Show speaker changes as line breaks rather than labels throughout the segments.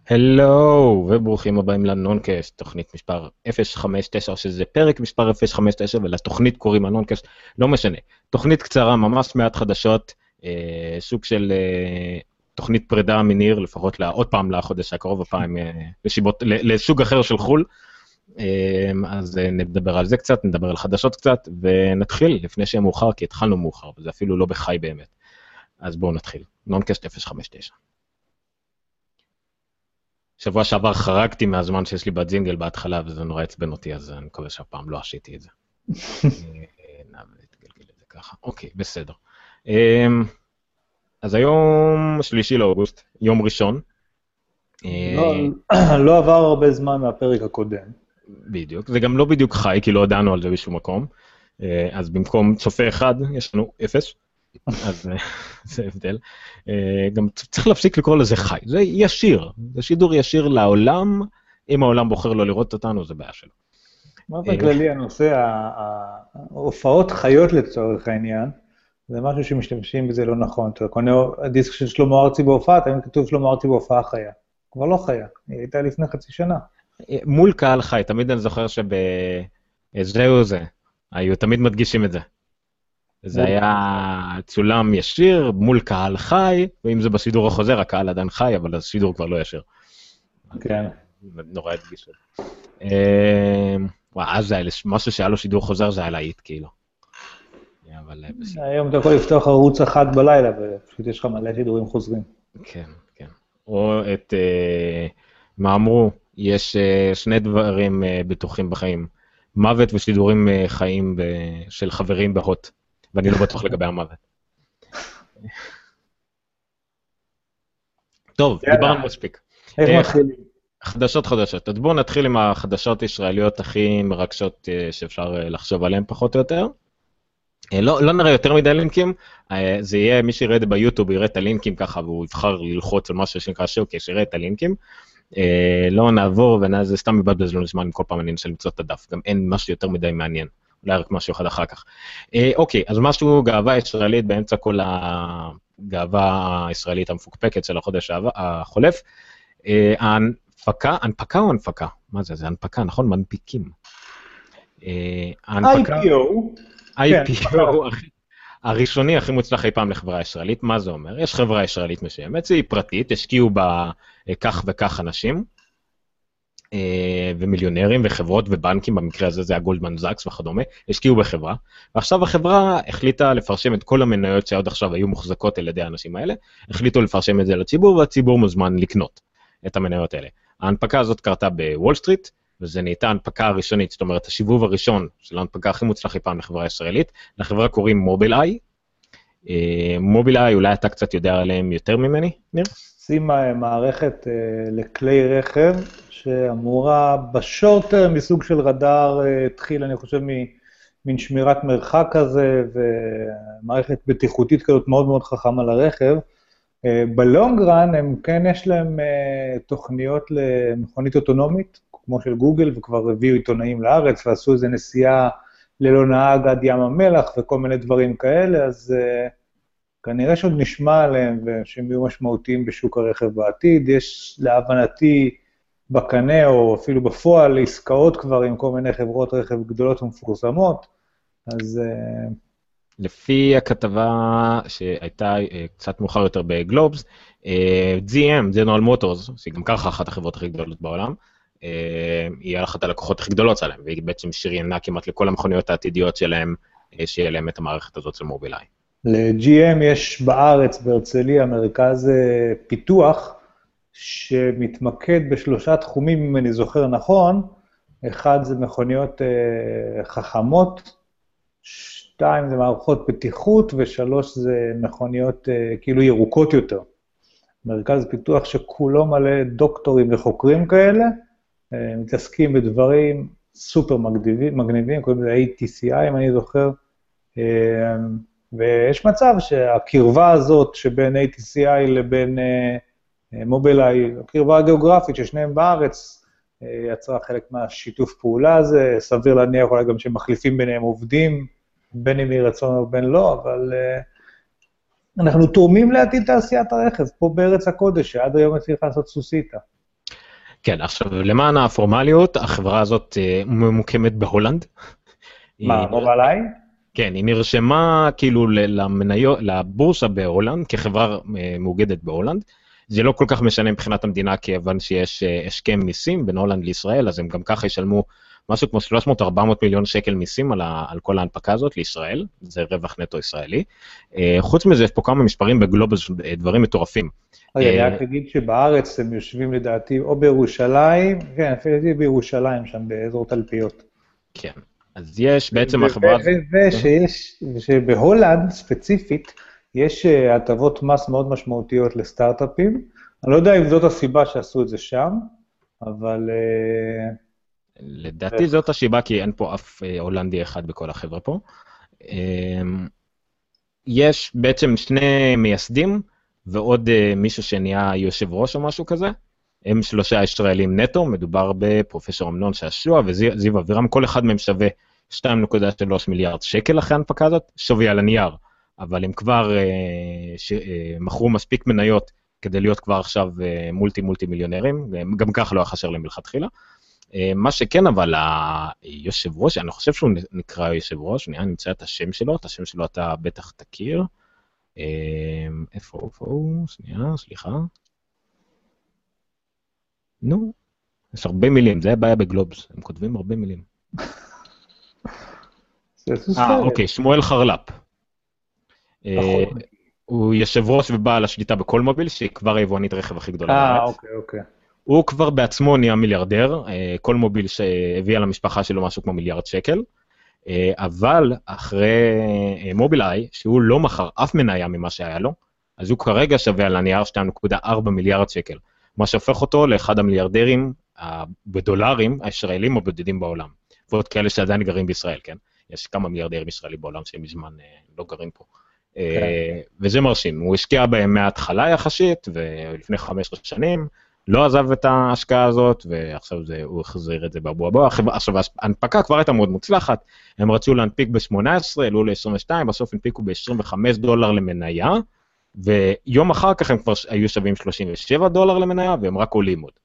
הלו, וברוכים הבאים לנונקאסט, תוכנית מספר 059, שזה פרק מספר 059, ולתוכנית קוראים הנונקאסט, לא משנה. תוכנית קצרה, ממש מעט חדשות, סוג של תוכנית פרידה מניר, לפחות עוד פעם לחודש הקרוב, הפעם לסוג אחר של חול. אז נדבר על זה קצת, נדבר על חדשות קצת, ונתחיל לפני שיהיה מאוחר, כי התחלנו מאוחר, וזה אפילו לא בחי באמת. אז בואו נתחיל, נונקאסט 059. שבוע שעבר חרגתי מהזמן שיש לי בג'ינגל בהתחלה, וזה נורא עצבן אותי, אז אני מקווה שהפעם לא עשיתי את זה. נתגלגל את זה ככה. אוקיי, בסדר. אז היום 3 לאוגוסט, יום ראשון.
לא עבר הרבה זמן מהפרק הקודם.
בדיוק, זה גם לא בדיוק חי, כי לא הודענו על זה בשום מקום. אז במקום צופה אחד, יש לנו 0. אז זה הבדל. גם צריך להפסיק לקרוא לזה חי, זה ישיר, זה שידור ישיר לעולם, אם העולם בוחר לא לראות אותנו, זה בעיה שלו.
באופן כללי, הנושא, ההופעות חיות לצורך העניין, זה משהו שמשתמשים בזה לא נכון. אתה קונה הדיסק של שלמה ארצי בהופעה, תמיד כתוב שלמה ארצי בהופעה חיה. כבר לא חיה, היא הייתה לפני חצי שנה.
מול קהל חי, תמיד אני זוכר זהו זה, היו תמיד מדגישים את זה. זה היה צולם ישיר מול קהל חי, ואם זה בשידור החוזר, הקהל עדיין חי, אבל השידור כבר לא ישיר.
כן.
נורא הדגיש. אז זה היה משהו שהיה לו שידור חוזר, זה היה להיט כאילו.
היום אתה יכול לפתוח ערוץ אחד בלילה, ופשוט יש לך מלא שידורים חוזרים.
כן, כן. או את, מה אמרו, יש שני דברים בטוחים בחיים, מוות ושידורים חיים של חברים בהוט. ואני לא בטוח לגבי המוות. טוב, דיברנו מספיק.
איך מתחילים?
חדשות. אז בואו נתחיל עם החדשות הישראליות הכי מרגשות שאפשר לחשוב עליהן פחות או יותר. לא נראה יותר מדי לינקים, זה יהיה מי שיראה את זה ביוטיוב, יראה את הלינקים ככה, והוא יבחר ללחוץ על משהו שנקרא שוקי, שיראה את הלינקים. לא נעבור, וזה סתם מבזבז לנו זמן, כל פעם אני אנסה למצוא את הדף, גם אין משהו יותר מדי מעניין. אולי רק משהו אחד אחר כך. אוקיי, אז משהו גאווה ישראלית באמצע כל הגאווה הישראלית המפוקפקת של החודש החולף. הנפקה או הנפקה? מה זה? זה הנפקה, נכון? מנפיקים. IPO הראשוני הכי מוצלח אי פעם לחברה ישראלית. מה זה אומר? יש חברה ישראלית מסוימת, היא פרטית, השקיעו בה כך וכך אנשים, ומיליונרים וחברות ובנקים, במקרה הזה זה הגולדמן זאקס וכדומה, השקיעו בחברה, ועכשיו החברה החליטה לפרשם את כל המניות שעוד עכשיו היו מוחזקות על ידי האנשים האלה, החליטו לפרשם את זה לציבור, והציבור מוזמן לקנות את המניות האלה. ההנפקה הזאת קרתה בוול סטריט, וזה נהייתה ההנפקה הראשונית, זאת אומרת, השיבוב הראשון של ההנפקה הכי מוצלח אי פעם לחברה ישראלית, לחברה קוראים מובילאיי. מובילאיי, אולי אתה קצת יודע עליהם יותר ממני, ניר?
שימה מערכת לכלי רכב, שאמורה בשורטר מסוג של רדאר, התחיל אני חושב מין שמירת מרחק כזה, ומערכת בטיחותית כזאת מאוד מאוד חכמה לרכב. בלונגרן הם כן יש להם תוכניות למכונית אוטונומית, כמו של גוגל, וכבר הביאו עיתונאים לארץ, ועשו איזו נסיעה ללא נהג עד ים המלח, וכל מיני דברים כאלה, אז כנראה שעוד נשמע עליהם, ושהם יהיו משמעותיים בשוק הרכב בעתיד. יש להבנתי בקנה, או אפילו בפועל, עסקאות כבר עם כל מיני חברות רכב גדולות ומפורסמות, אז
לפי הכתבה שהייתה קצת מאוחר יותר בגלובס, GM, General Motors, שהיא גם ככה אחת החברות הכי גדולות בעולם, היא אחת הלקוחות הכי גדולות שלהם, והיא בעצם שריינה כמעט לכל המכוניות העתידיות שלהם, שיהיה להם את המערכת הזאת של מובילאיי.
ל-GM יש בארץ, בהרצליה, מרכז פיתוח, שמתמקד בשלושה תחומים, אם אני זוכר נכון. אחד זה מכוניות חכמות, 2 זה מערכות בטיחות, ו3 זה מכוניות כאילו ירוקות יותר. מרכז פיתוח שכולו מלא דוקטורים וחוקרים כאלה, מתעסקים בדברים סופר מגניבים, קוראים לזה ATCI, אם אני זוכר, ויש מצב שהקרבה הזאת שבין ATCI לבין מובילאיי, הקרבה הגיאוגרפית ששניהם בארץ, יצרה חלק מהשיתוף פעולה הזה, סביר להניח אולי גם שמחליפים ביניהם עובדים, בין אם ירצון או בין לא, אבל אנחנו תורמים לעתיד תעשיית הרכב, פה בארץ הקודש, שעד היום הצליח לעשות סוסיתא.
כן, עכשיו למען הפורמליות, החברה הזאת ממוקמת בהולנד.
מה, מובילאיי?
כן, היא נרשמה כאילו לבורסה בהולנד, כחברה מאוגדת בהולנד. זה לא כל כך משנה מבחינת המדינה, כיוון שיש הסכם מיסים בין הולנד לישראל, אז הם גם ככה ישלמו משהו כמו 300-400 מיליון שקל מיסים על כל ההנפקה הזאת לישראל, זה רווח נטו ישראלי. חוץ מזה, יש פה כמה מספרים בגלובוס, דברים מטורפים.
אני רק אגיד שבארץ הם יושבים לדעתי, או בירושלים, כן, אפילו בירושלים שם, באזור תלפיות.
כן, אז יש בעצם החברה...
ושבהולנד ספציפית, יש הטבות מס מאוד משמעותיות לסטארט-אפים. אני לא יודע אם זאת הסיבה שעשו את זה שם, אבל...
לדעתי זאת הסיבה, כי אין פה אף הולנדי אחד בכל החברה פה. יש בעצם שני מייסדים, ועוד מישהו שנהיה יושב ראש או משהו כזה. הם 3 ישראלים נטו, מדובר בפרופסור אמנון שעשוע וזיו אבירם, כל אחד מהם שווה 2.3 מיליארד שקל אחרי ההנפקה הזאת, שווי על הנייר, אבל הם כבר מכרו מספיק מניות כדי להיות כבר עכשיו מולטי מיליונרים, גם כך לא החשר להם מלכתחילה. מה שכן, אבל היושב ראש, אני חושב שהוא נקרא יושב ראש, אני נמצא את השם שלו אתה בטח תכיר. איפה הוא? שנייה, סליחה. נו, יש הרבה מילים, זה הבעיה בגלובס, הם כותבים הרבה מילים. אוקיי, שמואל חרלפ. הוא יושב ראש ובעל השליטה בכל מוביל, שהיא כבר היבואנית רכב הכי גדולה בארץ.
אוקיי.
הוא כבר בעצמו נהיה מיליארדר, כל מוביל שהביא למשפחה שלו משהו כמו מיליארד שקל, אבל אחרי מובילאיי, שהוא לא מכר אף מניה ממה שהיה לו, אז הוא כרגע שווה על הנייר 2.4 מיליארד שקל, מה שהופך אותו לאחד המיליארדרים בדולרים הישראלים הבודדים בעולם, ועוד כאלה שעדיין גרים בישראל, כן? יש כמה מיליארדרים ישראלים בעולם שהם מזמן לא גרים פה. וזה מרשים, הוא השקיע בהם מההתחלה יחסית, ולפני 15 שנים, לא עזב את ההשקעה הזאת, ועכשיו הוא החזיר את זה באבו. עכשיו, ההנפקה כבר הייתה מאוד מוצלחת, הם רצו להנפיק ב-18, עלו ל-22, בסוף הנפיקו ב-$25 למניה, ויום אחר כך הם כבר היו שווים $37 למניה, והם רק עולים עוד.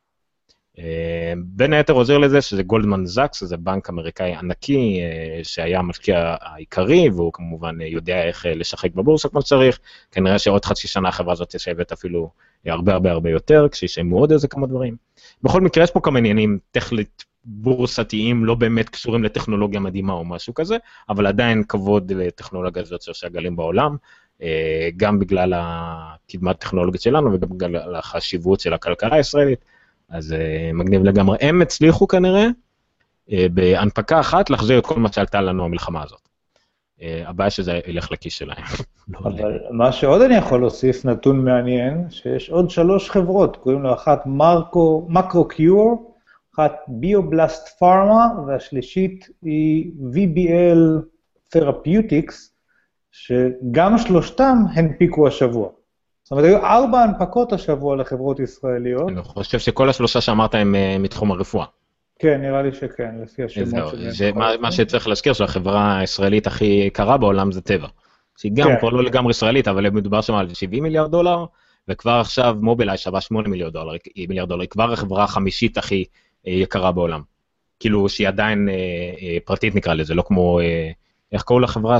בין היתר עוזר לזה שזה גולדמן זאקס, זה בנק אמריקאי ענקי, שהיה המשקיע העיקרי, והוא כמובן יודע איך לשחק בבורסה כמו שצריך, כנראה שעוד חצי שנה החברה הזאת ישבת אפילו הרבה יותר, כשישמעו עוד איזה כמה דברים. בכל מקרה יש פה כמה עניינים טכנית בורסתיים, לא באמת קשורים לטכנולוגיה מדהימה או משהו כזה, אבל עדיין כבוד לטכנולוגיה הזאת שעושה גלים בעולם, גם בגלל הקדמת הטכנולוגית שלנו, וגם בגלל החשיבות של הכלכלה הישראלית, אז מגניב לגמרי. הם הצליחו כנראה בהנפקה אחת להחזיר את כל מה שעלתה לנו המלחמה הזאת. הבעיה שזה ילך לכיס שלהם.
אבל מה שעוד אני יכול להוסיף, נתון מעניין, שיש עוד 3 חברות, קוראים לו אחת מקרו-קיור, אחת ביובלסט פארמה, והשלישית היא VBL Therapeutics, שגם שלושתם הנפיקו השבוע. זאת אומרת, היו 4 הנפקות השבוע לחברות ישראליות.
אני חושב שכל השלושה שאמרת הם מתחום הרפואה.
כן, נראה לי שכן, לפי השמות שלהם.
מה שצריך להזכיר, שהחברה הישראלית הכי יקרה בעולם זה טבע. שהיא גם כבר לא לגמרי ישראלית, אבל מדובר שם על $70 מיליארד, וכבר עכשיו מובילאיי שווה $8 מיליארד, היא כבר החברה החמישית הכי יקרה בעולם. כאילו שהיא עדיין פרטית נקרא לזה, לא כמו, איך קראו לחברה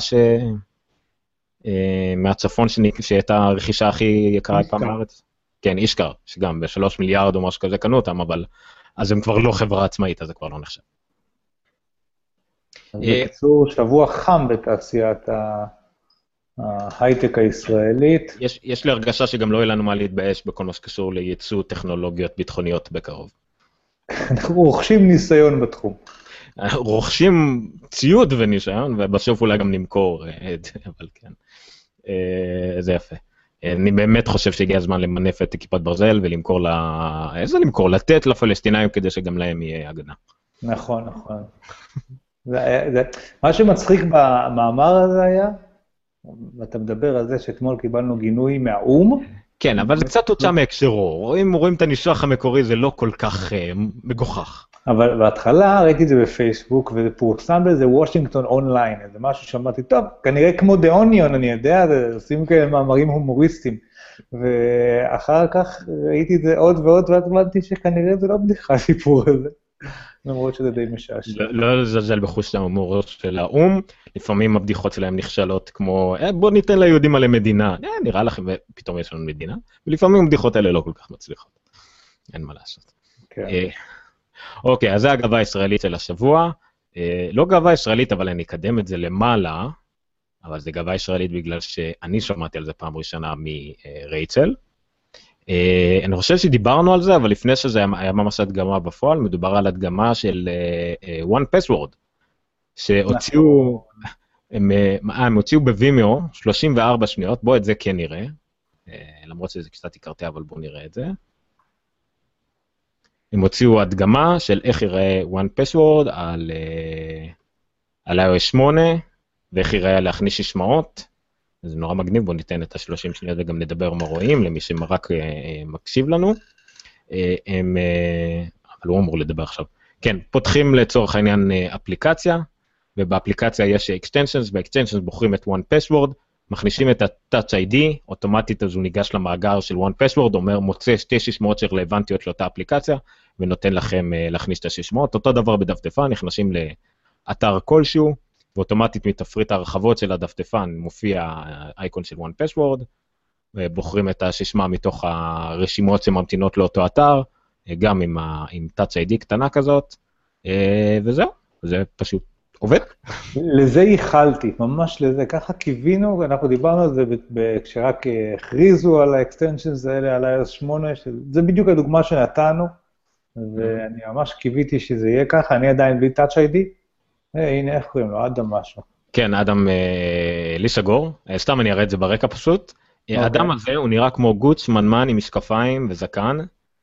מהצפון שהייתה הרכישה הכי יקרה פעם בארץ? כן, אישקר, שגם ב$3 מיליארד או משהו כזה קנו אותם, אבל אז הם כבר לא חברה עצמאית, אז זה כבר לא נחשב.
בקיצור, שבוע חם בתעשיית ההייטק הישראלית.
יש לי הרגשה שגם לא יהיה לנו מה להתבייש בכל מה שקשור לייצוא טכנולוגיות ביטחוניות בקרוב.
אנחנו רוכשים ניסיון בתחום.
רוכשים ציוד וניסיון, ובסוף אולי גם נמכור, אבל כן, זה יפה. אני באמת חושב שהגיע הזמן למנף את כיפת ברזל ולמכור איזה למכור? לתת לפלסטינאים כדי שגם להם יהיה הגנה.
נכון. מה שמצחיק במאמר הזה היה, ואתה מדבר על זה שאתמול קיבלנו גינוי מהאום.
כן, אבל זה קצת הוצא מהקשרו. אם רואים את הניסוח המקורי זה לא כל כך מגוחך.
אבל בהתחלה ראיתי את זה בפייסבוק, וזה פורסם בזה וושינגטון אונליין, זה משהו שמעתי, טוב, כנראה כמו The Onion, אני יודע, עושים כאלה מאמרים הומוריסטיים, ואחר כך ראיתי את זה עוד ועוד, ואז הבנתי שכנראה זה לא בדיחה הסיפור הזה, למרות שזה די משעשע.
לא לזלזל בחוש ההומור של האום, לפעמים הבדיחות שלהם נכשלות כמו, בוא ניתן ליהודים עלי מדינה, נראה לכם, ופתאום יש לנו מדינה, ולפעמים הבדיחות האלה לא כל כך מצליחות, אין מה לעשות.
כן.
אוקיי, אז זה הגאווה הישראלית של השבוע, לא גאווה ישראלית, אבל אני אקדם את זה למעלה, אבל זה גאווה ישראלית בגלל שאני שמעתי על זה פעם ראשונה מרייצ'ל. אני חושב שדיברנו על זה, אבל לפני שזה היה ממש הדגמה בפועל, מדובר על הדגמה של One Password, שהוציאו, הם הוציאו בווימיו 34 שניות, בוא את זה כן נראה, למרות שזה קצת יקרתי, אבל בוא נראה את זה. הם הוציאו הדגמה של איך יראה One Password על iOS 8, ואיך יראה להכניס ששמעות, זה נורא מגניב, בואו ניתן את ה-30 שניות וגם נדבר מה רואים, למי שרק מקשיב לנו, אבל הוא אמור לדבר עכשיו. כן, פותחים לצורך העניין אפליקציה, ובאפליקציה יש extensions, ב-extensions בוחרים את One Password, מכניסים את ה-Touch ID, אוטומטית אז הוא ניגש למאגר של One Password, אומר מוצא שתי ששמעות שרלוונטיות לאותה אפליקציה, ונותן לכם להכניס את הששמעות, אותו דבר בדפדפן, נכנסים לאתר כלשהו, ואוטומטית מתפריט הרחבות של הדפדפן מופיע האייקון של One Password, בוחרים את הששמה מתוך הרשימות שממתינות לאותו אתר, גם עם Touch ID קטנה כזאת, וזהו, זה פשוט עובד.
לזה ייחלתי, ממש לזה, ככה קיווינו, אנחנו דיברנו על זה כשרק הכריזו על האקסטנשנס האלה, על iOS 8, זה בדיוק הדוגמה שנתנו, ואני ממש קיוויתי שזה יהיה ככה, אני עדיין בלי Touch ID, הנה איך קוראים לו, אדם משהו.
כן, אדם ליסגור, סתם אני אראה את זה ברקע פשוט. האדם הזה הוא נראה כמו גוץ מנמן עם משקפיים וזקן,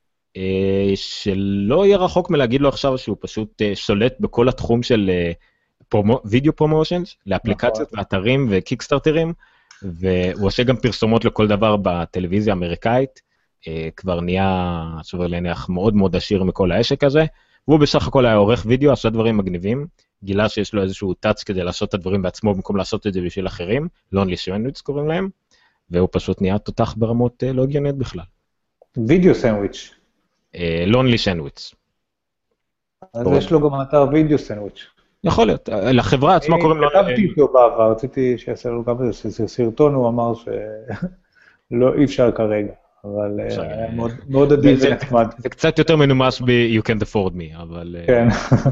שלא יהיה רחוק מלהגיד לו עכשיו שהוא פשוט שולט בכל התחום של וידאו פרומושנס, לאפליקציות ואתרים וקיקסטארטרים, והוא עושה גם פרסומות לכל דבר בטלוויזיה האמריקאית, כבר נהיה שובר להניח מאוד מאוד עשיר מכל העשק הזה, והוא בסך הכל היה עורך וידאו, עשה דברים מגניבים, גילה שיש לו איזשהו טאץ' כדי לעשות את הדברים בעצמו, במקום לעשות את זה בשביל אחרים, לונלי סנדוויץ' קוראים להם, והוא פשוט נהיה תותח ברמות לא הגיוניות בכלל.
וידאו סנדוויץ'.
לונלי סנדוויץ'.
אז יש לו גם אתר וידאו סנדוויץ'.
יכול להיות, לחברה עצמה קוראים לו...
כתבתי איתו בעבר, רציתי שיעשה לו גם איזה סרטון, הוא אמר שלא אי אפשר כרגע, אבל מאוד עדין ונחמד.
זה קצת יותר מנומס ב-You Can't Afford Me, אבל...
כן.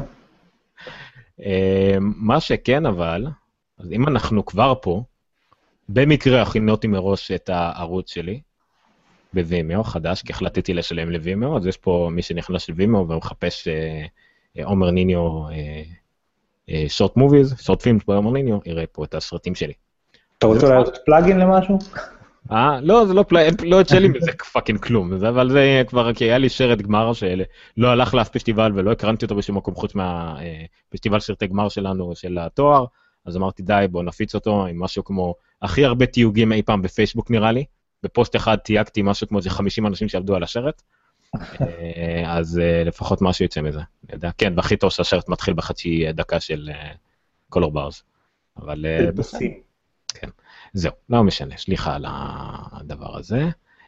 מה שכן אבל, אז אם אנחנו כבר פה, במקרה הכינותי מראש את הערוץ שלי, בווימיו חדש, כי החלטתי לשלם לווימיו, אז יש פה מי שנכנס לווימיו ומחפש עומר ניניו שורט מוביז, שורט פילמס בעומר ניניו, יראה פה את הסרטים שלי.
אתה רוצה לעשות פלאגין למשהו?
לא, זה לא פלאגין, לא את שלי מזה פאקינג כלום, אבל זה כבר, כי היה לי שרת גמר שלא הלך לאף פסטיבל ולא הקרנתי אותו בשום מקום חוץ מהפסטיבל שרתי גמר שלנו, של התואר, אז אמרתי די, בוא נפיץ אותו עם משהו כמו הכי הרבה תיוגים אי פעם בפייסבוק נראה לי, בפוסט אחד תייגתי משהו כמו איזה 50 אנשים שעבדו על השרת, אז לפחות משהו יוצא מזה, אני יודע, כן, והכי טוב שהשרת מתחיל בחצי דקה של קולור ברז, אבל כן, זהו, לא משנה, סליחה על הדבר הזה.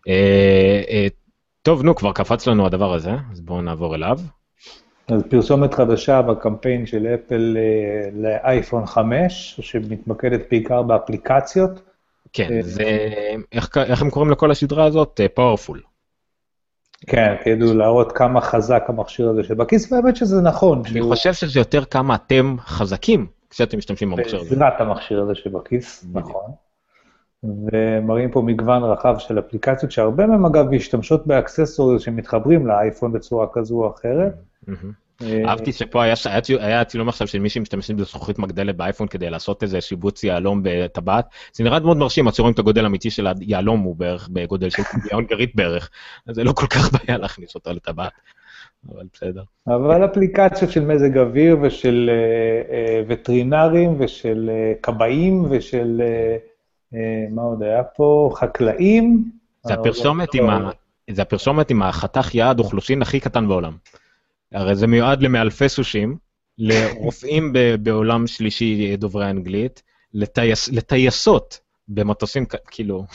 טוב, נו, כבר קפץ לנו הדבר הזה, אז בואו נעבור אליו.
אז פרסומת חדשה בקמפיין של אפל לאייפון 5, שמתמקדת בעיקר באפליקציות.
כן, זה, איך הם קוראים לכל השדרה הזאת? פאורפול.
כן, כדי להראות כמה חזק המכשיר הזה שבכיס, והאמת שזה נכון.
אני חושב שזה יותר כמה אתם חזקים, כשאתם משתמשים במכשיר הזה.
בעזרת המכשיר הזה שבכיס, נכון. ומראים פה מגוון רחב של אפליקציות, שהרבה מהם אגב משתמשות באקססוריות שמתחברים לאייפון בצורה כזו או אחרת.
אהבתי שפה היה צילום עכשיו של מי שמשתמשים בזכוכית מגדלת באייפון כדי לעשות איזה שיבוץ יעלום בטבעת, זה נראה מאוד מרשים, עד שרואים את הגודל האמיתי של היעלום הוא בערך בגודל של קובייה הונגרית בערך, אז זה לא כל כך בעיה להכניס אותו לטבעת, אבל בסדר.
אבל אפליקציות של מזג אוויר ושל וטרינרים ושל קבעים ושל, מה עוד היה פה, חקלאים.
זה הפרסומת עם החתך יעד אוכלוסין הכי קטן בעולם. הרי זה מיועד למאלפי סושים, לרופאים בעולם שלישי דוברי אנגלית, לטייסות במטוסים, כאילו,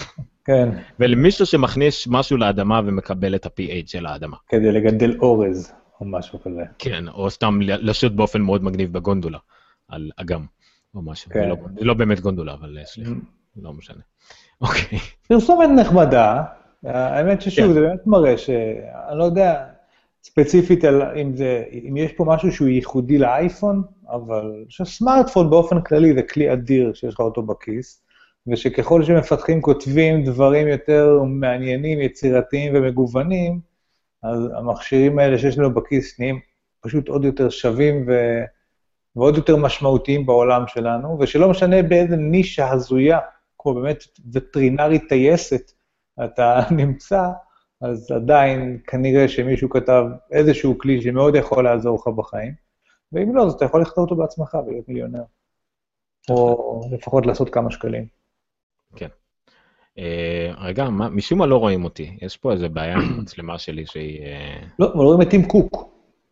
כן.
ולמישהו שמכניס משהו לאדמה ומקבל את ה-pH של האדמה.
כדי לגדל אורז, או משהו כזה.
כן, או סתם לשוט באופן מאוד מגניב בגונדולה, על אגם, או משהו.
כן.
זה לא באמת גונדולה, אבל סליחה, לא משנה. אוקיי.
פרסומת נחמדה, האמת ששוב, זה באמת מראה שאני לא יודע ספציפית אם יש פה משהו שהוא ייחודי לאייפון, אבל שסמארטפון באופן כללי זה כלי אדיר שיש לך אותו בכיס, ושככל שמפתחים כותבים דברים יותר מעניינים, יצירתיים ומגוונים, אז המכשירים האלה שיש לנו בכיס נהיים פשוט עוד יותר שווים ועוד יותר משמעותיים בעולם שלנו, ושלא משנה באיזה נישה הזויה, כמו באמת וטרינרית טייסת, אתה נמצא, אז עדיין כנראה שמישהו כתב איזשהו כלי שמאוד יכול לעזור לך בחיים, ואם לא, אז אתה יכול לכתוב אותו בעצמך ולהיות מיליונר, או לפחות לעשות כמה שקלים.
כן. רגע, משום מה לא רואים אותי, יש פה איזה בעיה עם המצלמה שלי שהיא...
לא, אבל רואים את טים קוק.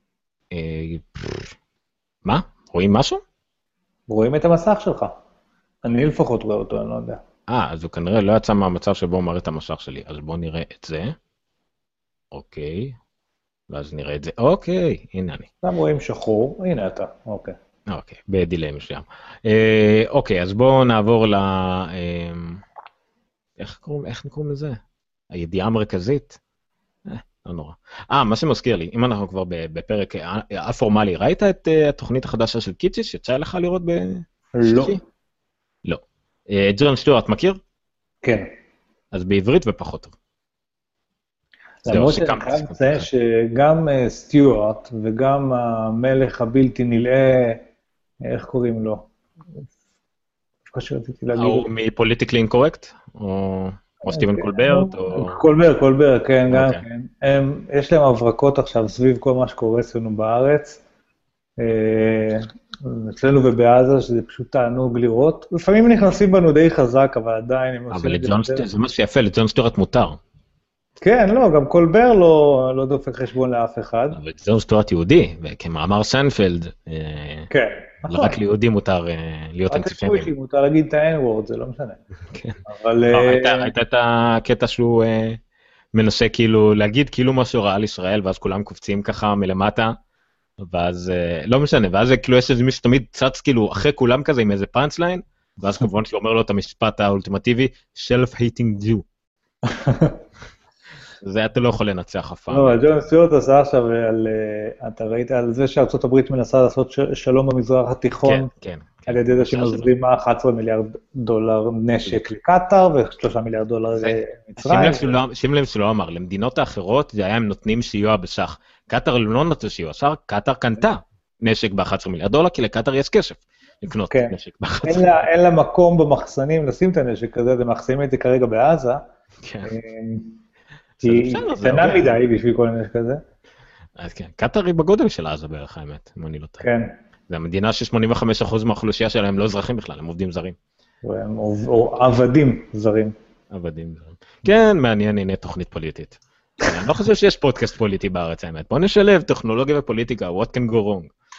מה? רואים משהו?
רואים את המסך שלך. אני לפחות רואה אותו, אני לא יודע.
אז הוא כנראה לא יצא מהמצב שבו הוא מראה את המשך שלי, אז בואו נראה את זה. אוקיי. ואז נראה את זה. אוקיי, הנה אני.
אתם רואים שחור, הנה אתה, אוקיי.
אוקיי, בדילי מסוים. אוקיי, אז בואו נעבור איך קוראים לזה? הידיעה המרכזית? לא נורא. מה שמזכיר לי, אם אנחנו כבר בפרק הפורמלי, ראית את התוכנית החדשה של קיציס? יצא לך לראות
לא.
לא. ג'ון סטיוארט מכיר?
כן.
אז בעברית ופחות טוב.
למרות שאני חייב לציין שגם סטיוארט וגם המלך הבלתי נלאה, איך קוראים לו? שרציתי להגיד.
הוא מפוליטיקלי אינקורקט? או סטיבן קולברט?
קולבר, כן, גם כן. יש להם הברקות עכשיו סביב כל מה שקורה אצלנו בארץ. אצלנו ובעזה, שזה פשוט תענוג לראות. לפעמים הם נכנסים בנו די חזק, אבל עדיין הם עושים את זה.
זה מה שיפה, לג'ון סטיוארט מותר.
כן, לא, גם קולבר לא דופק חשבון לאף אחד.
אבל ג'ון סטיוארט יהודי, וכמאמר סנפלד,
כן, נכון.
רק ליהודי מותר להיות אנטישמים.
רק מותר להגיד את ה-N-word, זה לא משנה.
כן. הייתה את הקטע שהוא מנסה כאילו להגיד כאילו משהו רע על ישראל, ואז כולם קופצים ככה מלמטה, ואז לא משנה, ואז כאילו יש איזה מישהו תמיד צץ כאילו אחרי כולם כזה עם איזה פאנצליין, ואז כמובן שאומר לו את המשפט האולטימטיבי, self-hating Jew. זה אתה לא יכול לנצח אף פעם.
לא, ג'ון סטיוארט עשה עכשיו אתה ראית על זה שארצות הברית מנסה לעשות שלום במזרח התיכון, על ידי זה שמזרימה 11 מיליארד דולר נשק לקטר, ו3 מיליארד דולר למצרים.
שים לב שלא אמר, למדינות האחרות זה היה הם נותנים סיוע בשח. קטר לא נותן סיוע, קטר קנתה נשק ב-11 מיליארד דולר, כי לקטר יש כסף לקנות נשק ב-11 מיליארד.
אין לה מקום במחסנים לשים את הנשק הזה, הם מחסנים את זה כרגע בעזה. כן. היא קטנה מדי בשביל כל הנשק כזה.
אז כן, קטר היא בגודל של עזה בערך האמת, אם אני לא טועה.
כן.
זה המדינה ש-85% מהאוכלוסייה שלהם לא אזרחים בכלל, הם עובדים זרים.
או עבדים זרים.
עבדים זרים. כן, מעניין, הנה תוכנית פוליטית. אני לא חושב שיש פודקאסט פוליטי בארץ האמת. בוא נשלב טכנולוגיה ופוליטיקה, what can go wrong.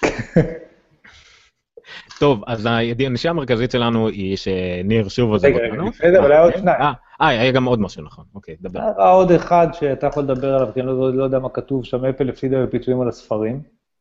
טוב, אז הנשיאה המרכזית שלנו היא שניר שוב עוזב אותנו.
רגע, אבל היה עוד שניים.
היה גם עוד משהו, נכון. אוקיי, דבר.
היה עוד אחד שאתה יכול לדבר עליו, כי אני לא יודע מה כתוב שם, אפל הפסידה בפיצויים על הספרים.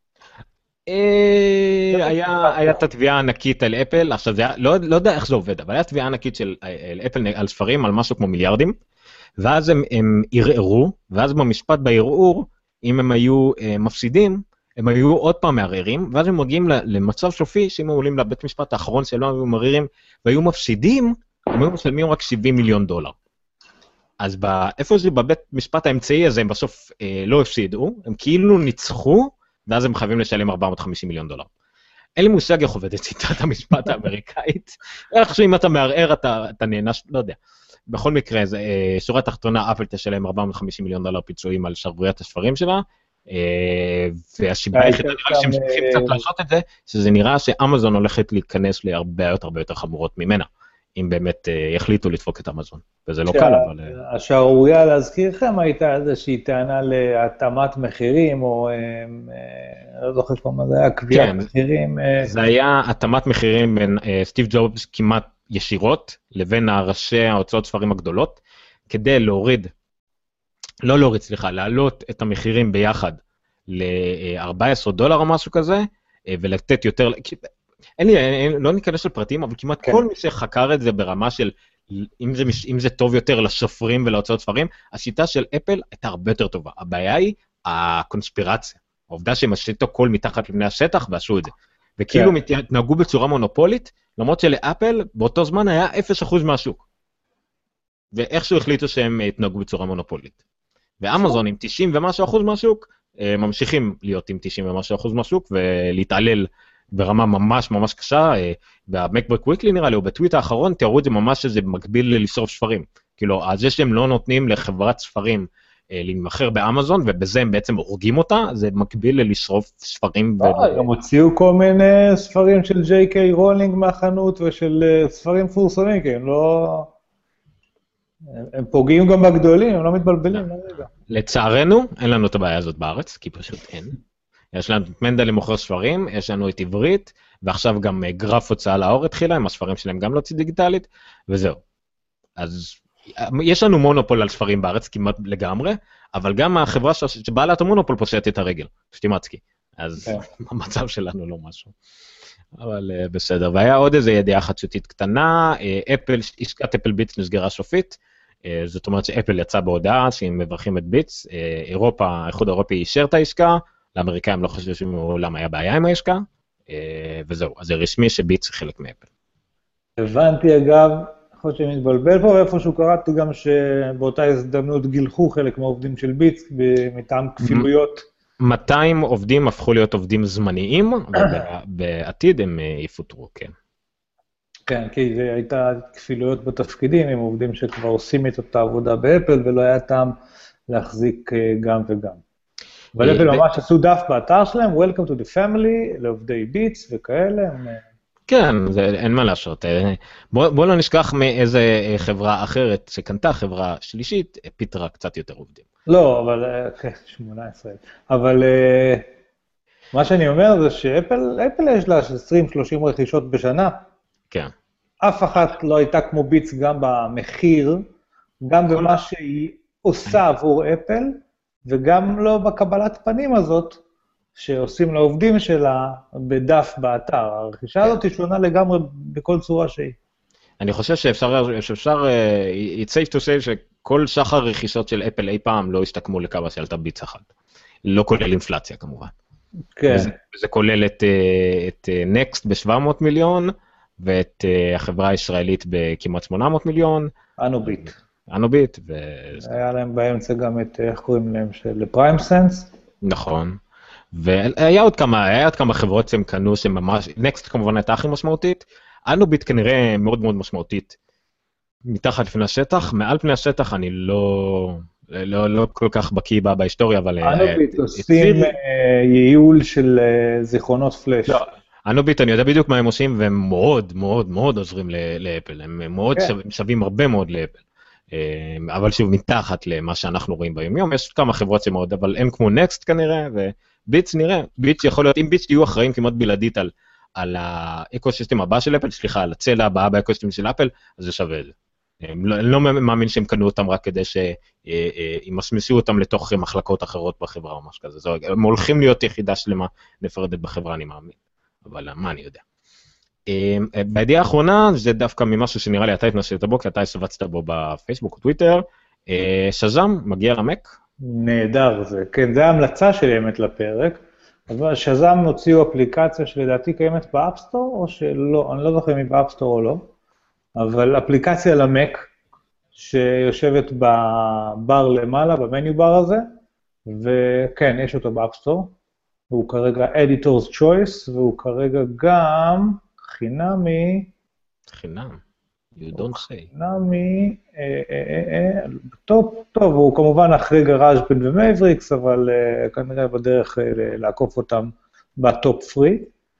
היה את התביעה הענקית על אפל, עכשיו לא יודע איך זה עובד, אבל היה תביעה ענקית של אפל על ספרים על משהו כמו מיליארדים, ואז הם ערערו, ואז במשפט בערעור, אם הם היו מפסידים, הם היו עוד פעם מערערים, ואז הם מגיעים למצב סופי, שאם הם עולים לבית משפט האחרון שלא היו מערערים, והיו מפסידים, הם היו משלמים רק 70 מיליון דולר. אז איפה זה בבית משפט האמצעי הזה, הם בסוף לא הפסידו, הם כאילו ניצחו, ואז הם חייבים לשלם 450 מיליון דולר. אין לי מושג איך עובדת שיטת המשפט האמריקאית, איכשהו אם אתה מערער, אתה נענש, לא יודע. בכל מקרה, שורה תחתונה, אפל תשלם 450 מיליון דולר פיצויים על שערוריית הספרים שלה, והשיבה היחידה נראה שהם צריכים קצת לעשות את זה, שזה נראה שאמזון הולכת להיכנס להרבה יותר חמורות ממנה, אם באמת יחליטו לדפוק את אמזון, וזה לא קל, אבל...
השערוריה להזכירכם הייתה איזושהי טענה להתאמת מחירים, או לא זוכר מה זה היה, קביעת מחירים.
זה היה התאמת מחירים בין סטיב ג'ובס כמעט ישירות, לבין ראשי ההוצאות ספרים הגדולות, כדי לא להוריד, סליחה, להעלות את המחירים ביחד ל$14 או משהו כזה, ולתת יותר, לא ניכנס לפרטים, אבל כמעט כל מי שחקר את זה ברמה של, אם זה טוב יותר לשופרים ולהוצאות ספרים, השיטה של אפל הייתה הרבה יותר טובה. הבעיה היא הקונספירציה, העובדה שהם השליטו כל מתחת לבני השטח ועשו את זה. וכאילו התנהגו בצורה מונופולית, למרות שלאפל באותו זמן היה 0% מהשוק. ואיכשהו החליטו שהם התנהגו בצורה מונופולית. ואמזון עם 90 ומשהו אחוז מהשוק, ממשיכים להיות עם 90 ומשהו אחוז מהשוק, ולהתעלל ברמה ממש ממש קשה, במקבוק וויקלי נראה לי, או בטוויט האחרון, תיארו את זה ממש שזה מקביל לשרוף ספרים. כאילו, אז זה שהם לא נותנים לחברת ספרים להימכר באמזון, ובזה הם בעצם הורגים אותה, זה מקביל לשרוף ספרים.
גם הוציאו כל מיני ספרים של ג'יי קיי רולינג מהחנות, ושל ספרים פורסמים, כי הם לא... הם פוגעים גם בגדולים, הם לא מתבלבלים.
לצערנו, אין לנו את הבעיה הזאת בארץ, כי פשוט אין. יש לנו את מנדל למוכר ספרים, יש לנו את עברית, ועכשיו גם גרף הוצאה לאור התחילה, עם הספרים שלהם גם להוציא דיגיטלית, וזהו. אז יש לנו מונופול על ספרים בארץ כמעט לגמרי, אבל גם החברה שבעלת המונופול פושט את הרגל, שטימצקי. אז המצב שלנו לא משהו. אבל בסדר. והיה עוד איזו ידיעה חדשותית קטנה, עסקת אפל ביטס נסגרה סופית, זאת אומרת שאפל יצא בהודעה שהם מברכים את ביטס, האיחוד האירופי אישר את העסקה, לאמריקאים לא חושבים שמעולם היה בעיה עם העסקה, וזהו, אז זה רשמי שביטס חלק מאפל.
הבנתי אגב, יכול להיות שמתבלבל פה, ואיפשהו קראתי גם שבאותה הזדמנות גילחו חלק מהעובדים של ביטס, מטעם כפילויות.
200 עובדים הפכו להיות עובדים זמניים, ובעתיד הם יפוטרו, כן.
כן, כי זה הייתה כפילויות בתפקידים, עם עובדים שכבר עושים את העבודה באפל, ולא היה טעם להחזיק גם וגם. אבל אפל ממש עשו דף באתר שלהם, Welcome to the family, לעובדי ביטס וכאלה.
כן, אין מה לעשות. בוא לא נשכח מאיזה חברה אחרת שקנתה, חברה שלישית, פיטרה קצת יותר עובדים.
לא, אבל, כן, 18. אבל מה שאני אומר זה שאפל יש לה 20-30 רכישות בשנה.
כן.
אף אחת לא הייתה כמו ביטס גם במחיר, גם במה שהיא עושה עבור אפל, וגם לא בקבלת פנים הזאת, שעושים לעובדים שלה בדף באתר. הרכישה הזאת היא שונה לגמרי בכל צורה שהיא.
אני חושב שאפשר, it's safe to say שכל שחר רכישות של אפל אי פעם לא הסתכמו לכמה שעלתה ביטס אחת. לא כולל אינפלציה כמובן.
כן.
וזה כולל את נקסט ב-700 מיליון, ואת החברה הישראלית בכמעט 800 מיליון. אנוביט.
היה להם באמצע גם את, איך קוראים להם, של פריים סנס.
נכון. והיה עוד כמה חברות שהם קנו שממש, נקסט כמובן הייתה הכי משמעותית, אנוביט כנראה מאוד מאוד משמעותית מתחת לפני השטח, מעל פני השטח אני לא כל כך בקיא בה בהיסטוריה, אבל...
אנוביט עושים ייעול של זיכרונות פלאש.
אנוביט, אני יודע בדיוק מה הם עושים, והם מאוד מאוד מאוד עוזרים לאפל, הם מאוד שווים הרבה מאוד לאפל. אבל שוב, מתחת למה שאנחנו רואים ביום, יש כמה חברות שמאוד, אבל הם כמו נקסט כנראה, וביטס נראה, ביטס יכול להיות, אם ביטס יהיו אחראים כמעט בלעדית על האקוסיסטם הבא של אפל, סליחה, על הצלע הבאה באקוסיסטם של אפל, אז זה שווה את זה. אני לא מאמין שהם קנו אותם רק כדי שימסמסו אותם לתוך מחלקות אחרות בחברה או משהו כזה, הם הולכים להיות יחידה שלמה נפרדת בחברה, אני מאמין, אבל מה אני יודע. בידיעה האחרונה, זה דווקא ממשהו שנראה לי אתה התנסית בו, כי אתה הסבצת בו בפייסבוק או טוויטר, שזם מגיע למק?
נהדר זה, כן, זה ההמלצה שלי אמת לפרק, אבל שזם הוציאו אפליקציה שלדעתי קיימת באפסטור, או שלא, אני לא זוכר אם היא באפסטור או לא, אבל אפליקציה למק, שיושבת בבר למעלה, במניו בר הזה, וכן, יש אותו באפסטור, והוא כרגע Editor's Choice, והוא כרגע גם... חינמי,
you don't say.
חינמי, טוב, הוא כמובן אחרי גראז'בנד ומייבריקס, אבל כנראה בדרך לעקוף אותם בטופ פרי.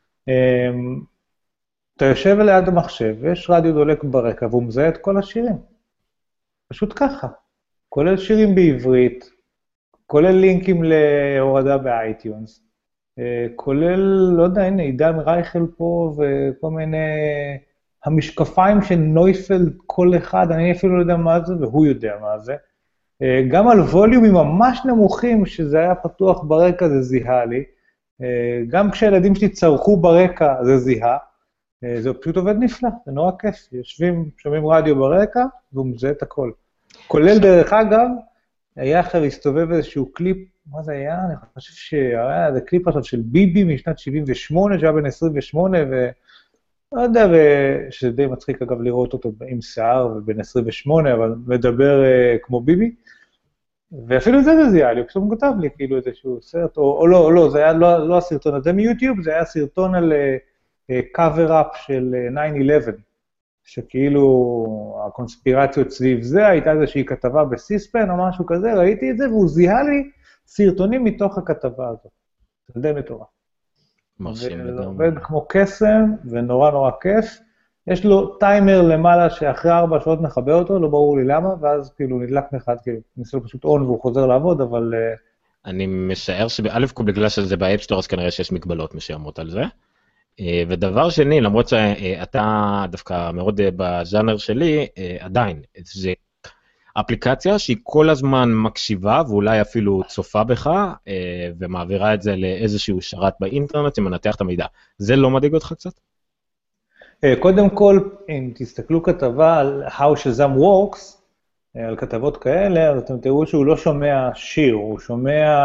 אתה יושב ליד המחשב, ויש רדיו דולק ברקע, והוא מזהה את כל השירים. פשוט ככה. כולל שירים בעברית, כולל לינקים להורדה באייטיונס, כולל, לא יודע, הנה, עידן רייכל פה, וכל מיני המשקפיים של נויפלד כל אחד, אני אפילו לא יודע מה זה, והוא יודע מה זה. גם על ווליומים ממש נמוכים, שזה היה פתוח ברקע, זה זיהה לי. גם כשהילדים שלי צרכו ברקע, זה זיהה. זה פשוט עובד נפלא, זה נורא כיף. יושבים, שומעים רדיו ברקע, והוא מזהה את הכל. כולל דרך אגב, היה עכשיו הסתובב איזשהו קליפ, מה זה היה? אני חושב שהיה איזה קליפ עכשיו של ביבי משנת 78, שהיה בן 28, לא יודע, שזה די מצחיק אגב לראות אותו עם שיער ובן 28, אבל מדבר כמו ביבי, ואפילו זה זיהה לי, פשוט הוא כתב לי כאילו איזשהו סרט, או לא, זה היה לא הסרטון הזה מיוטיוב, זה היה סרטון על cover-up של 9/11, שכאילו הקונספירציות סביב זה, הייתה איזושהי כתבה בסיספן או משהו כזה, ראיתי את זה, והוא זיהה לי סרטונים מתוך הכתבה הזאת. זה די מטורף.
מרשים לגמרי.
זה עובד כמו קסם, ונורא נורא כיף. יש לו טיימר למעלה שאחרי 4 שעות מחבר אותו, לא ברור לי למה, ואז כאילו נדלק אחד, כאילו ניסו פשוט און והוא חוזר לעבוד, אבל...
אני משער שבאלף קוב בגלל שזה באפסטור, אז כנראה שיש מגבלות מסוימות על זה. ודבר שני, למרות שאתה דווקא מאוד בז'אנר שלי, עדיין, זה אפליקציה שהיא כל הזמן מקשיבה, ואולי אפילו צופה בך, ומעבירה את זה לאיזשהו שרת באינטרנט, שמנתח את המידע. זה לא מדאיג אותך קצת?
קודם כל, אם תסתכלו כתבה על How Shazam Works, על כתבות כאלה, אז אתם תראו שהוא לא שומע שיר, הוא שומע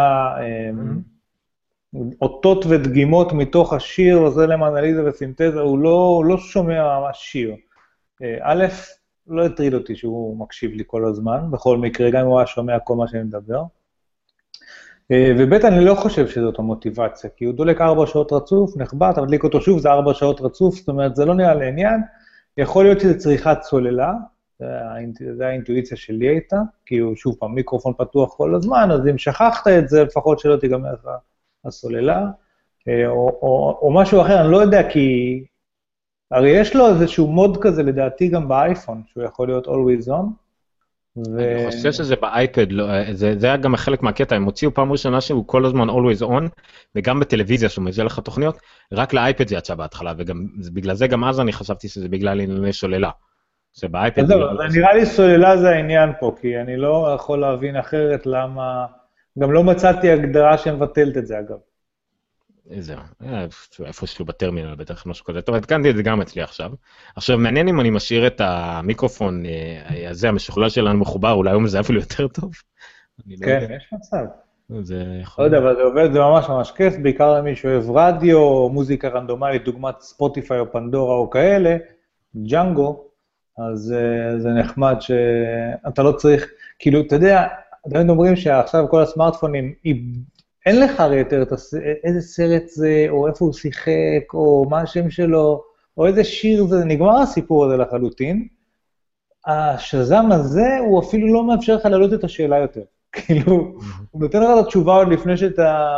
אותות ודגימות מתוך השיר, עושה להם אנליזה וסינתזה, הוא לא שומע ממש שיר. א', לא הטריד אותי שהוא מקשיב לי כל הזמן, בכל מקרה, גם אם הוא היה שומע כל מה שאני מדבר. וב' אני לא חושב שזאת המוטיבציה, כי הוא דולק 4 שעות רצוף, נחבט, אבל דליק אותו שוב, זה 4 שעות רצוף, זאת אומרת, זה לא נראה לעניין, יכול להיות שזה צריכת סוללה, זה האינטואיציה שלי הייתה, כי הוא שוב פעם מיקרופון פתוח כל הזמן, אז אם שכחת את זה, לפחות שלא תיגמר לך הסוללה, או משהו אחר, אני לא יודע, כי הרי יש לו איזשהו מוד כזה, לדעתי גם באייפון, שהוא יכול להיות always on,
אני חושב שזה באייפד, זה היה גם חלק מהקטע, הם הוציאו פעם ראשונה שהוא כל הזמן always on, וגם בטלוויזיה שהוא מביא לך תוכניות, רק לאייפד זה יצא בהתחלה, ובגלל זה גם אז אני חשבתי שזה בגלל ענייני סוללה. זה באייפד.
נראה לי סוללה זה העניין פה, כי אני לא יכול להבין אחרת למה, גם לא מצאתי הגדרה שמבטלת את זה אגב.
זהו, איפשהו בטרמינל, בטח משהו כזה. טוב, התקנתי את זה גם אצלי עכשיו. עכשיו, מעניין אם אני משאיר את המיקרופון הזה, המשוכלל שלנו מחובר, אולי היום זה אפילו יותר טוב.
כן, יש מצב.
זה
לא יודע, אבל זה עובד, זה ממש ממש כיף, בעיקר למי שאוהב רדיו, מוזיקה רנדומלית, דוגמת ספוטיפיי או פנדורה או כאלה, ג'אנגו, אז זה נחמד שאתה לא צריך, כאילו, אתה יודע, אתם אומרים שעכשיו כל הסמארטפונים, אין לך הרי יותר איזה סרט זה, או איפה הוא שיחק, או מה השם שלו, או איזה שיר זה, נגמר הסיפור הזה לחלוטין. השזם הזה, הוא אפילו לא מאפשר לך להעלות את השאלה יותר. כאילו, הוא נותן לך את התשובה עוד לפני שאתה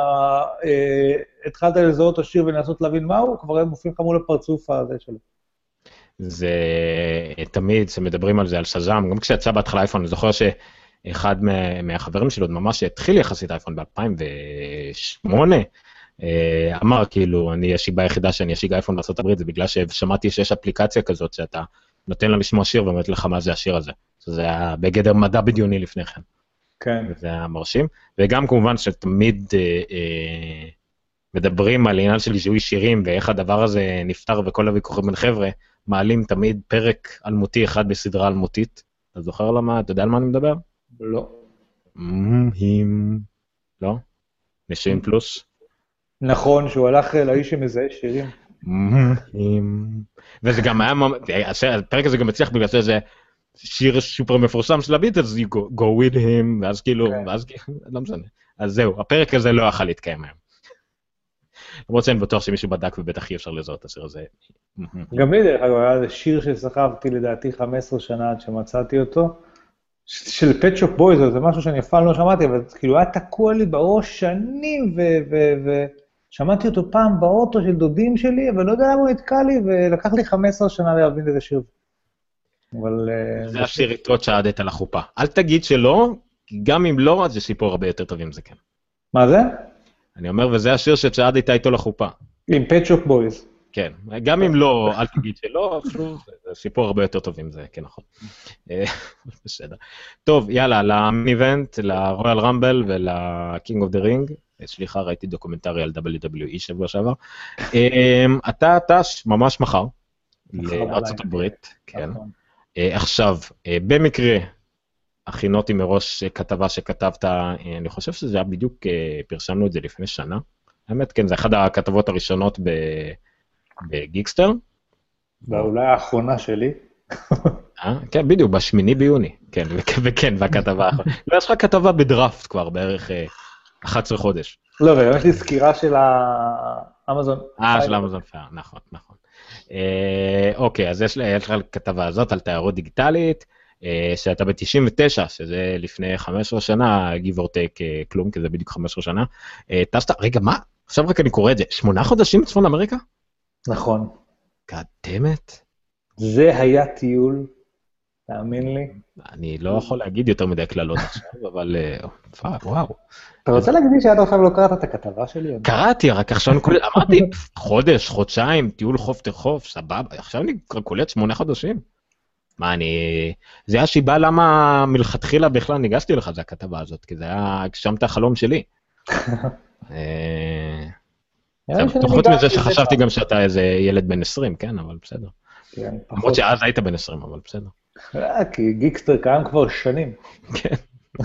התחלת לזהות את השיר ולנסות להבין מהו, כבר הם מופיעים לך מול הפרצוף הזה שלו. זה
תמיד, שמדברים על זה, על שזם, גם כשיצא בהתחלה אייפון, אני זוכר אחד מהחברים שלו, ממש התחיל יחסית אייפון ב-2008, אמר כאילו, אני השיבה היחידה שאני אשיג אייפון בארצות הברית, זה בגלל ששמעתי שיש אפליקציה כזאת, שאתה נותן לה לשמוע שיר, ואומרת לך מה זה השיר הזה. זה היה בגדר מדע בדיוני לפני כן.
כן.
וזה היה מרשים. וגם כמובן שתמיד מדברים על עניין של זיהוי שירים, ואיך הדבר הזה נפתר, וכל הוויכוחים בין חבר'ה, מעלים תמיד פרק אלמותי אחד בסדרה אלמותית. אתה זוכר למה? אתה יודע על מה אני מדבר?
לא.
לא? נשיאים פלוס?
נכון, שהוא הלך לאיש שמזהה שירים.
וזה גם היה, הפרק הזה גם מצליח בגלל שזה שיר סופר מפורסם של הביטלס, go with him, ואז כאילו, לא משנה. אז זהו, הפרק הזה לא יכול להתקיים היום. למרות שאני בטוח שמישהו בדק ובטח אי אפשר לזהות את השיר הזה.
גם לי דרך אגב, היה שיר שסחבתי לדעתי 15 שנה עד שמצאתי אותו, של פט שופ בויז, זה משהו שאני אף פעם לא שמעתי, אבל כאילו היה תקוע לי בראש שנים, ושמעתי אותו פעם באוטו של דודים שלי, אבל לא יודע למה הוא נתקע לי, ולקח לי 15 שנה להבין איזה שיר. אבל...
זה השיר איתו שעדת על החופה. אל תגיד שלא, גם אם לא, אז זה סיפור הרבה יותר טוב עם זה כן.
מה זה?
אני אומר, וזה השיר שצעדת איתו לחופה.
עם פט שופ בויז.
כן, גם אם לא, אל תגיד שלא, שוב, זה סיפור הרבה יותר טוב עם זה, כן נכון. בסדר. טוב, יאללה, לאמיבנט, לרויאל רמבל ולקינג אוף דה רינג, סליחה, ראיתי דוקומנטרי על WWE שבוע שעבר. אתה טס ממש מחר, לארצות הברית, כן. עכשיו, במקרה, הכינותי מראש כתבה שכתבת, אני חושב שזה היה בדיוק, פרסמנו את זה לפני שנה, האמת, כן, זה אחד הכתבות הראשונות בגיקסטר.
ואולי האחרונה שלי.
כן, בדיוק, בשמיני ביוני, כן, וכן, והכתבה האחרונה. לא, יש לך כתבה בדראפט כבר, בערך 11 חודש.
לא, ויש לי סקירה של האמזון.
של האמזון פייר, נכון, נכון. אוקיי, אז יש לך כתבה הזאת על תיירות דיגיטלית, שאתה ב-99, שזה לפני 15 שנה, give or take כלום, כי זה בדיוק 15 שנה. טסת, רגע, מה? עכשיו רק אני קורא את זה, 8 חודשים בצפון אמריקה?
נכון.
God damn it.
זה היה טיול, תאמין לי.
אני לא יכול להגיד יותר מדי כללות עכשיו, אבל וואו.
אתה רוצה להגיד לי שעד עכשיו לא קראת את הכתבה שלי?
קראתי, רק עכשיו אמרתי, חודש, חודשיים, טיול חוף תחוף, סבבה, עכשיו אני קולט 8 חודשים. מה זה היה שיבה למה מלכתחילה בכלל ניגשתי לך, זה הכתבה הזאת, כי זה היה, הגשמת החלום שלי. חוץ מזה שחשבתי גם שאתה איזה ילד בן 20, כן, אבל בסדר. למרות שאז היית בן 20, אבל בסדר.
כי גיקסטר קיים כבר שנים.
כן.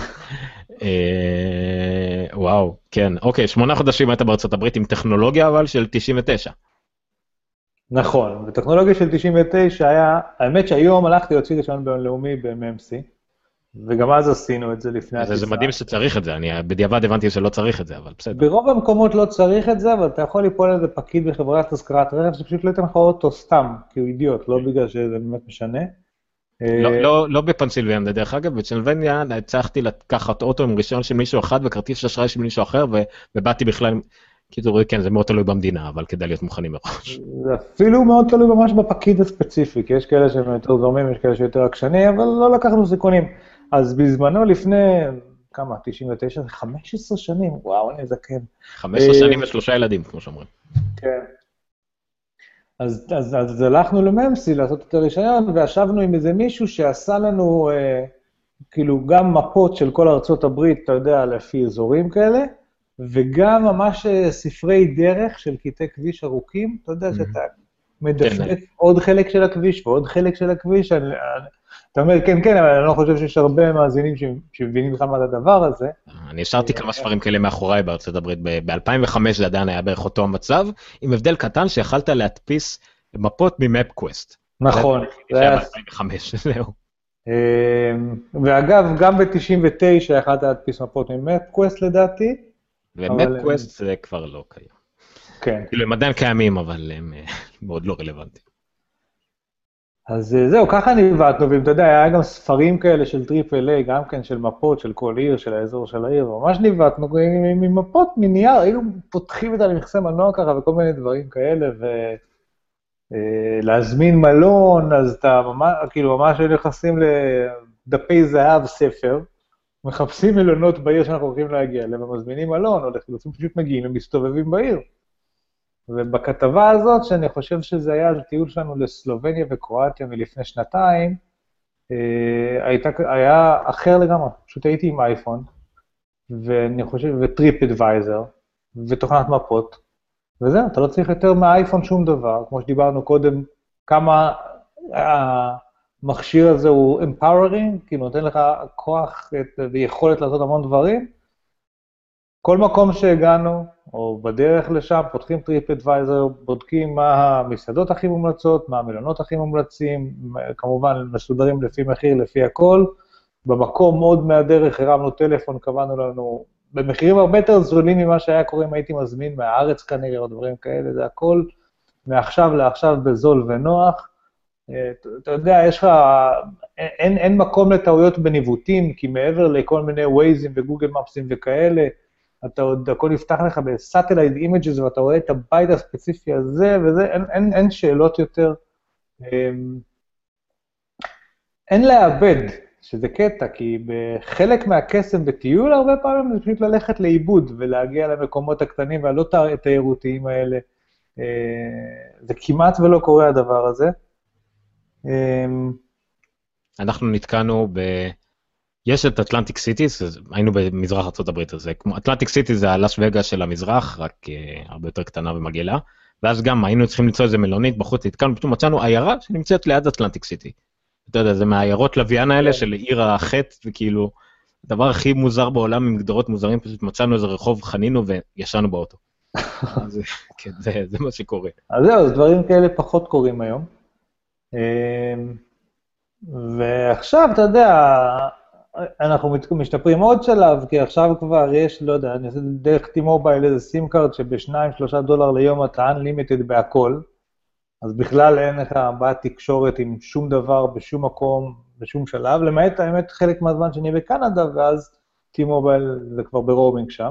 וואו, כן, אוקיי, 8 חודשים היית בארצות הברית עם טכנולוגיה, אבל של 99.
נכון, וטכנולוגיה של 99 היה, האמת שהיום הלכתי להוציא רישיון בינלאומי ב-MMC, וגם אז עשינו את זה לפני הטיסה.
זה מדהים שצריך את זה, אני בדיעבד הבנתי שלא צריך את זה, אבל בסדר.
ברוב המקומות לא צריך את זה, אבל אתה יכול ליפול איזה פקיד בחברת השכרת רכב, שפשוט לא ייתן לך אוטו סתם, כי הוא אידיוט, לא בגלל שזה באמת משנה.
לא בפנסילבניה, דרך אגב, בפנסילבניה הצלחתי לקחת אוטו עם רישיון של מישהו אחד, וכרטיס אשראי של מישהו אחר, ובאתי בכלל, כאילו, כן, זה מאוד תלוי במדינה, אבל כדאי להיות מוכנים מראש.
זה אפילו מאוד תלוי ממש בפקיד הספציפי, כי יש כאלה שהם יותר זורמים, יש כאלה שיותר עקשני, אבל לא לקחנו סיכונים. אז בזמנו לפני, כמה, 99, 15 שנים, וואו, אני זקן.
15 שנים ו3 ילדים, כמו שאומרים.
כן. אז הלכנו לממסי לעשות את הרישיון, וישבנו עם איזה מישהו שעשה לנו, כאילו, גם מפות של כל ארצות הברית, אתה יודע, לפי אזורים כאלה, וגם ממש ספרי דרך של קטעי כביש ארוכים, אתה יודע שאתה מדפדף עוד חלק של הכביש ועוד חלק של הכביש, אתה אומר, כן, כן, אבל אני לא חושב שיש הרבה מאזינים שמבינים לך מה הדבר הזה.
אני השארתי כמה ספרים כאלה מאחוריי בארצות הברית, ב-2005 זה עדיין היה בערך אותו המצב, עם הבדל קטן שיכלת להדפיס מפות ממפקווסט.
נכון.
זה היה ב-2005, זהו.
ואגב, גם ב-99 יכלת להדפיס מפות ממפקווסט לדעתי.
ומפקווסט זה כבר לא קיים.
כן.
כאילו הם עדיין קיימים, אבל הם מאוד לא רלוונטיים.
אז זהו, ככה ניווטנו, ואם אתה יודע, היה גם ספרים כאלה של טריפל איי, גם כן של מפות, של כל עיר, של האזור של העיר, ממש ניווטנו ממפות, מנייר, היינו פותחים את המכסה מנוע ככה, וכל מיני דברים כאלה, ולהזמין מלון, אז אתה ממש, כאילו, ממש היו נכנסים לדפי זהב ספר, מחפשים מלונות בעיר שאנחנו הולכים להגיע אליהם, ומזמינים מלון, או לחילופים פשוט מגיעים ומסתובבים בעיר. ובכתבה הזאת, שאני חושב שזה היה על טיול שלנו לסלובניה וקרואטיה מלפני שנתיים, היה אחר לגמרי, פשוט הייתי עם אייפון, ואני חושב, וטריפ אדוויזר, ותוכנת מפות, וזהו, אתה לא צריך יותר מהאייפון שום דבר, כמו שדיברנו קודם, כמה המכשיר הזה הוא empowering, כי נותן לך כוח ויכולת לעשות המון דברים, כל מקום שהגענו, או בדרך לשם, פותחים טריפ אדוויזר, בודקים מה המסעדות הכי מומלצות, מה המלונות הכי מומלצים, כמובן מסודרים לפי מחיר, לפי הכל. במקום מאוד מהדרך הרמנו טלפון, קבענו לנו, במחירים הרבה יותר זולים ממה שהיה קורה אם הייתי מזמין מהארץ כנראה, או דברים כאלה, זה הכל מעכשיו לעכשיו בזול ונוח. אתה יודע, יש לך, אין מקום לטעויות בניווטים, כי מעבר לכל מיני ווייזים וגוגל מפסים וכאלה, אתה עוד הכל יפתח לך בסאטלייט אימג'ז, ואתה רואה את הבית הספציפי הזה, וזה, אין שאלות יותר. אין לאבד, שזה קטע, כי בחלק מהקסם בטיול, הרבה פעמים זה פשוט ללכת לאיבוד, ולהגיע למקומות הקטנים והלא תיירותיים האלה. זה כמעט ולא קורה הדבר הזה.
אנחנו נתקענו יש את אטלנטיק סיטיס, היינו במזרח ארצות הברית הזה, כמו אטלנטיק סיטי זה הלאס וגאס של המזרח, רק הרבה יותר קטנה ומגעילה, ואז גם היינו צריכים למצוא איזה מלונית בחוץ, נתקענו, פתאום מצאנו עיירה שנמצאת ליד אטלנטיק סיטי. אתה יודע, זה מהעיירות לוויין האלה של עיר החטא, וכאילו, הדבר הכי מוזר בעולם עם גדרות מוזרים, פשוט מצאנו איזה רחוב, חנינו וישנו באוטו. כן, זה מה שקורה.
אז זהו, אז דברים כאלה פחות קורים היום. ועכשיו, אתה יודע, אנחנו משתפרים עוד שלב, כי עכשיו כבר יש, לא יודע, אני עושה דרך T-Mobile איזה סים קארד שב$2-3 ליום אתה unlimited בהכל, אז בכלל אין לך בעיית תקשורת עם שום דבר, בשום מקום, בשום שלב, למעט האמת חלק מהזמן שאני בקנדה, ואז T-Mobile זה כבר ברומינג שם.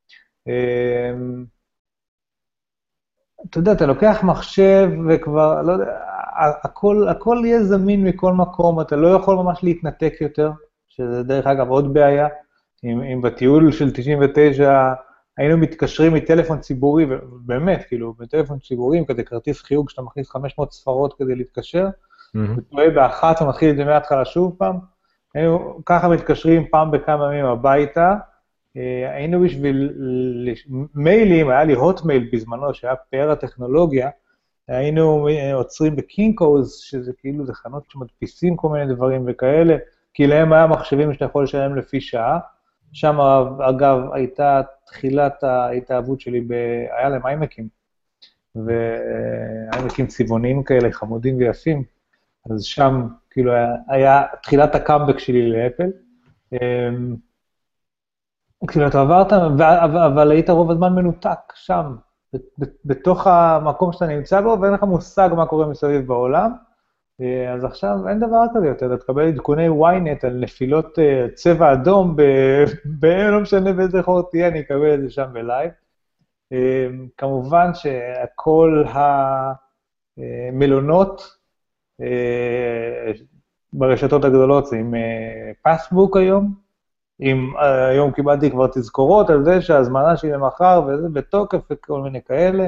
אתה יודע, אתה לוקח מחשב וכבר, לא יודע, הכל יהיה זמין מכל מקום, אתה לא יכול ממש להתנתק יותר, שזה דרך אגב עוד בעיה, אם בטיול של 99 היינו מתקשרים מטלפון ציבורי, ובאמת, כאילו, בטלפון ציבורי, עם כזה כרטיס חיוג, שאתה מכניס 500 ספרות כדי להתקשר, ותוהה באחת ומתחיל את זה מההתחלה שוב פעם, היינו ככה מתקשרים פעם בכמה ימים הביתה, היינו בשביל מיילים, היה לי הוטמייל בזמנו, שהיה פאר הטכנולוגיה, היינו עוצרים בקינקוז, שזה כאילו, זה חנות שמדפיסים כל מיני דברים וכאלה, כי להם היה מחשבים שאתה יכול לשלם לפי שעה, שם אגב הייתה תחילת ההתאהבות שלי, היה להם איימקים, ואיימקים צבעוניים כאלה, חמודים ויפים, אז שם כאילו היה תחילת הקאמבק שלי לאפל, כאילו אתה עברת, אבל היית רוב הזמן מנותק שם, בתוך המקום שאתה נמצא בו, ואין לך מושג מה קורה מסביב בעולם, אז עכשיו אין דבר כזה יותר, אתה תקבל עדכוני ynet על נפילות צבע אדום, לא משנה באיזה חור תהיה, אני אקבל את זה שם בלייב. כמובן שכל המלונות ברשתות הגדולות זה עם פסבוק היום, היום קיבלתי כבר תזכורות על זה שהזמנה שלי למחר וזה בתוקף וכל מיני כאלה.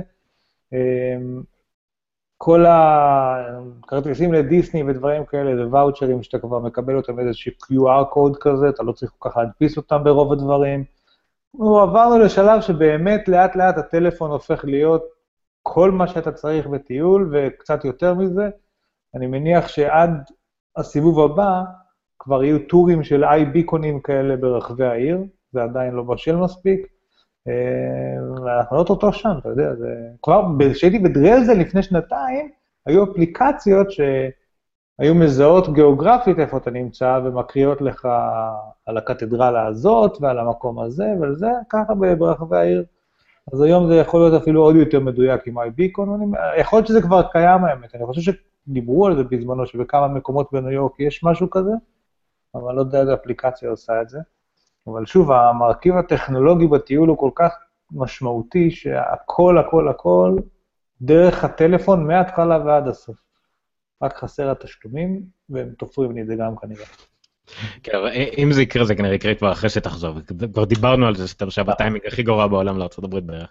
כל הכרטיסים לדיסני ודברים כאלה, זה ואוצ'רים שאתה כבר מקבל אותם איזשהו QR קוד כזה, אתה לא צריך כל כך להדפיס אותם ברוב הדברים. עברנו לשלב שבאמת לאט לאט הטלפון הופך להיות כל מה שאתה צריך בטיול, וקצת יותר מזה. אני מניח שעד הסיבוב הבא, כבר יהיו טורים של איי-ביקונים כאלה ברחבי העיר, זה עדיין לא בשל מספיק, ואנחנו לא אותו שם, אתה יודע, זה... כבר כשהייתי בדרזל לפני שנתיים, היו אפליקציות שהיו מזהות גיאוגרפית איפה אתה נמצא, ומקריאות לך על הקתדרלה הזאת, ועל המקום הזה, ועל זה, ככה ברחבי העיר. אז היום זה יכול להיות אפילו עוד יותר מדויק עם איי-ביקון, יכול להיות שזה כבר קיים האמת, אני חושב שדיברו על זה בזמנו, שבכמה מקומות בניו יורק יש משהו כזה, אבל אני לא יודע איזה אפליקציה עושה את זה. אבל שוב, המרכיב הטכנולוגי בטיול הוא כל כך משמעותי, שהכל, הכל, הכל, דרך הטלפון מההתחלה ועד הסוף. רק חסר התשלומים, והם תופרים לי את זה גם כנראה.
כן, אם זה יקרה, זה כנראה יקרה כבר אחרי שתחזור. כבר דיברנו על זה, שאתה בטיימינג הכי גרוע בעולם לארצות הברית בערך.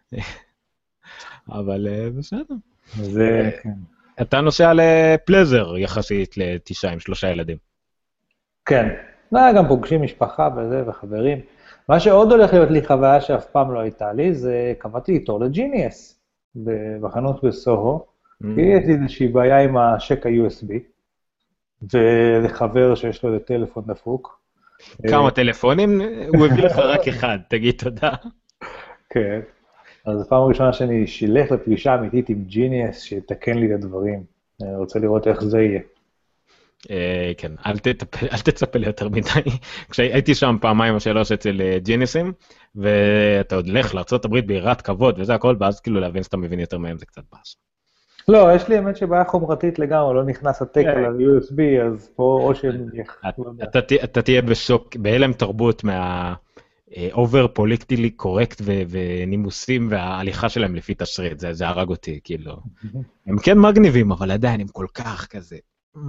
אבל בסדר.
זה, כן.
אתה נוסע לפלזר יחסית ל9 עם 3 ילדים.
כן. גם פוגשים משפחה וזה וחברים. מה שעוד הולך להיות לי חוויה שאף פעם לא הייתה לי, זה קבעתי לי תור לג'יניאס, בחנות בסוהו, כי יש לי איזושהי בעיה עם השק ה-USB, ולחבר שיש לו טלפון דפוק.
כמה טלפונים? הוא הביא לך רק אחד, תגיד תודה.
כן, אז הפעם הראשונה שאני שילך לפגישה אמיתית עם ג'יניאס, שיתקן לי את הדברים. אני רוצה לראות איך זה יהיה.
כן, אל תצפה לי יותר מדי. כשהייתי שם פעמיים או 3 אצל ג'יניסים, ואתה עוד לך לארצות הברית ביראת כבוד וזה הכל, ואז כאילו להבין שאתה מבין יותר מהם זה קצת באס.
לא, יש לי אמת שבעיה חומרתית לגמרי, לא נכנס הטקל על USB, אז פה או שנניח.
אתה תהיה בשוק, בהלם תרבות מהאובר פוליטיקלי קורקט ונימוסים וההליכה שלהם לפי תשריט, זה הרג אותי, כאילו. הם כן מגניבים, אבל עדיין הם כל כך כזה.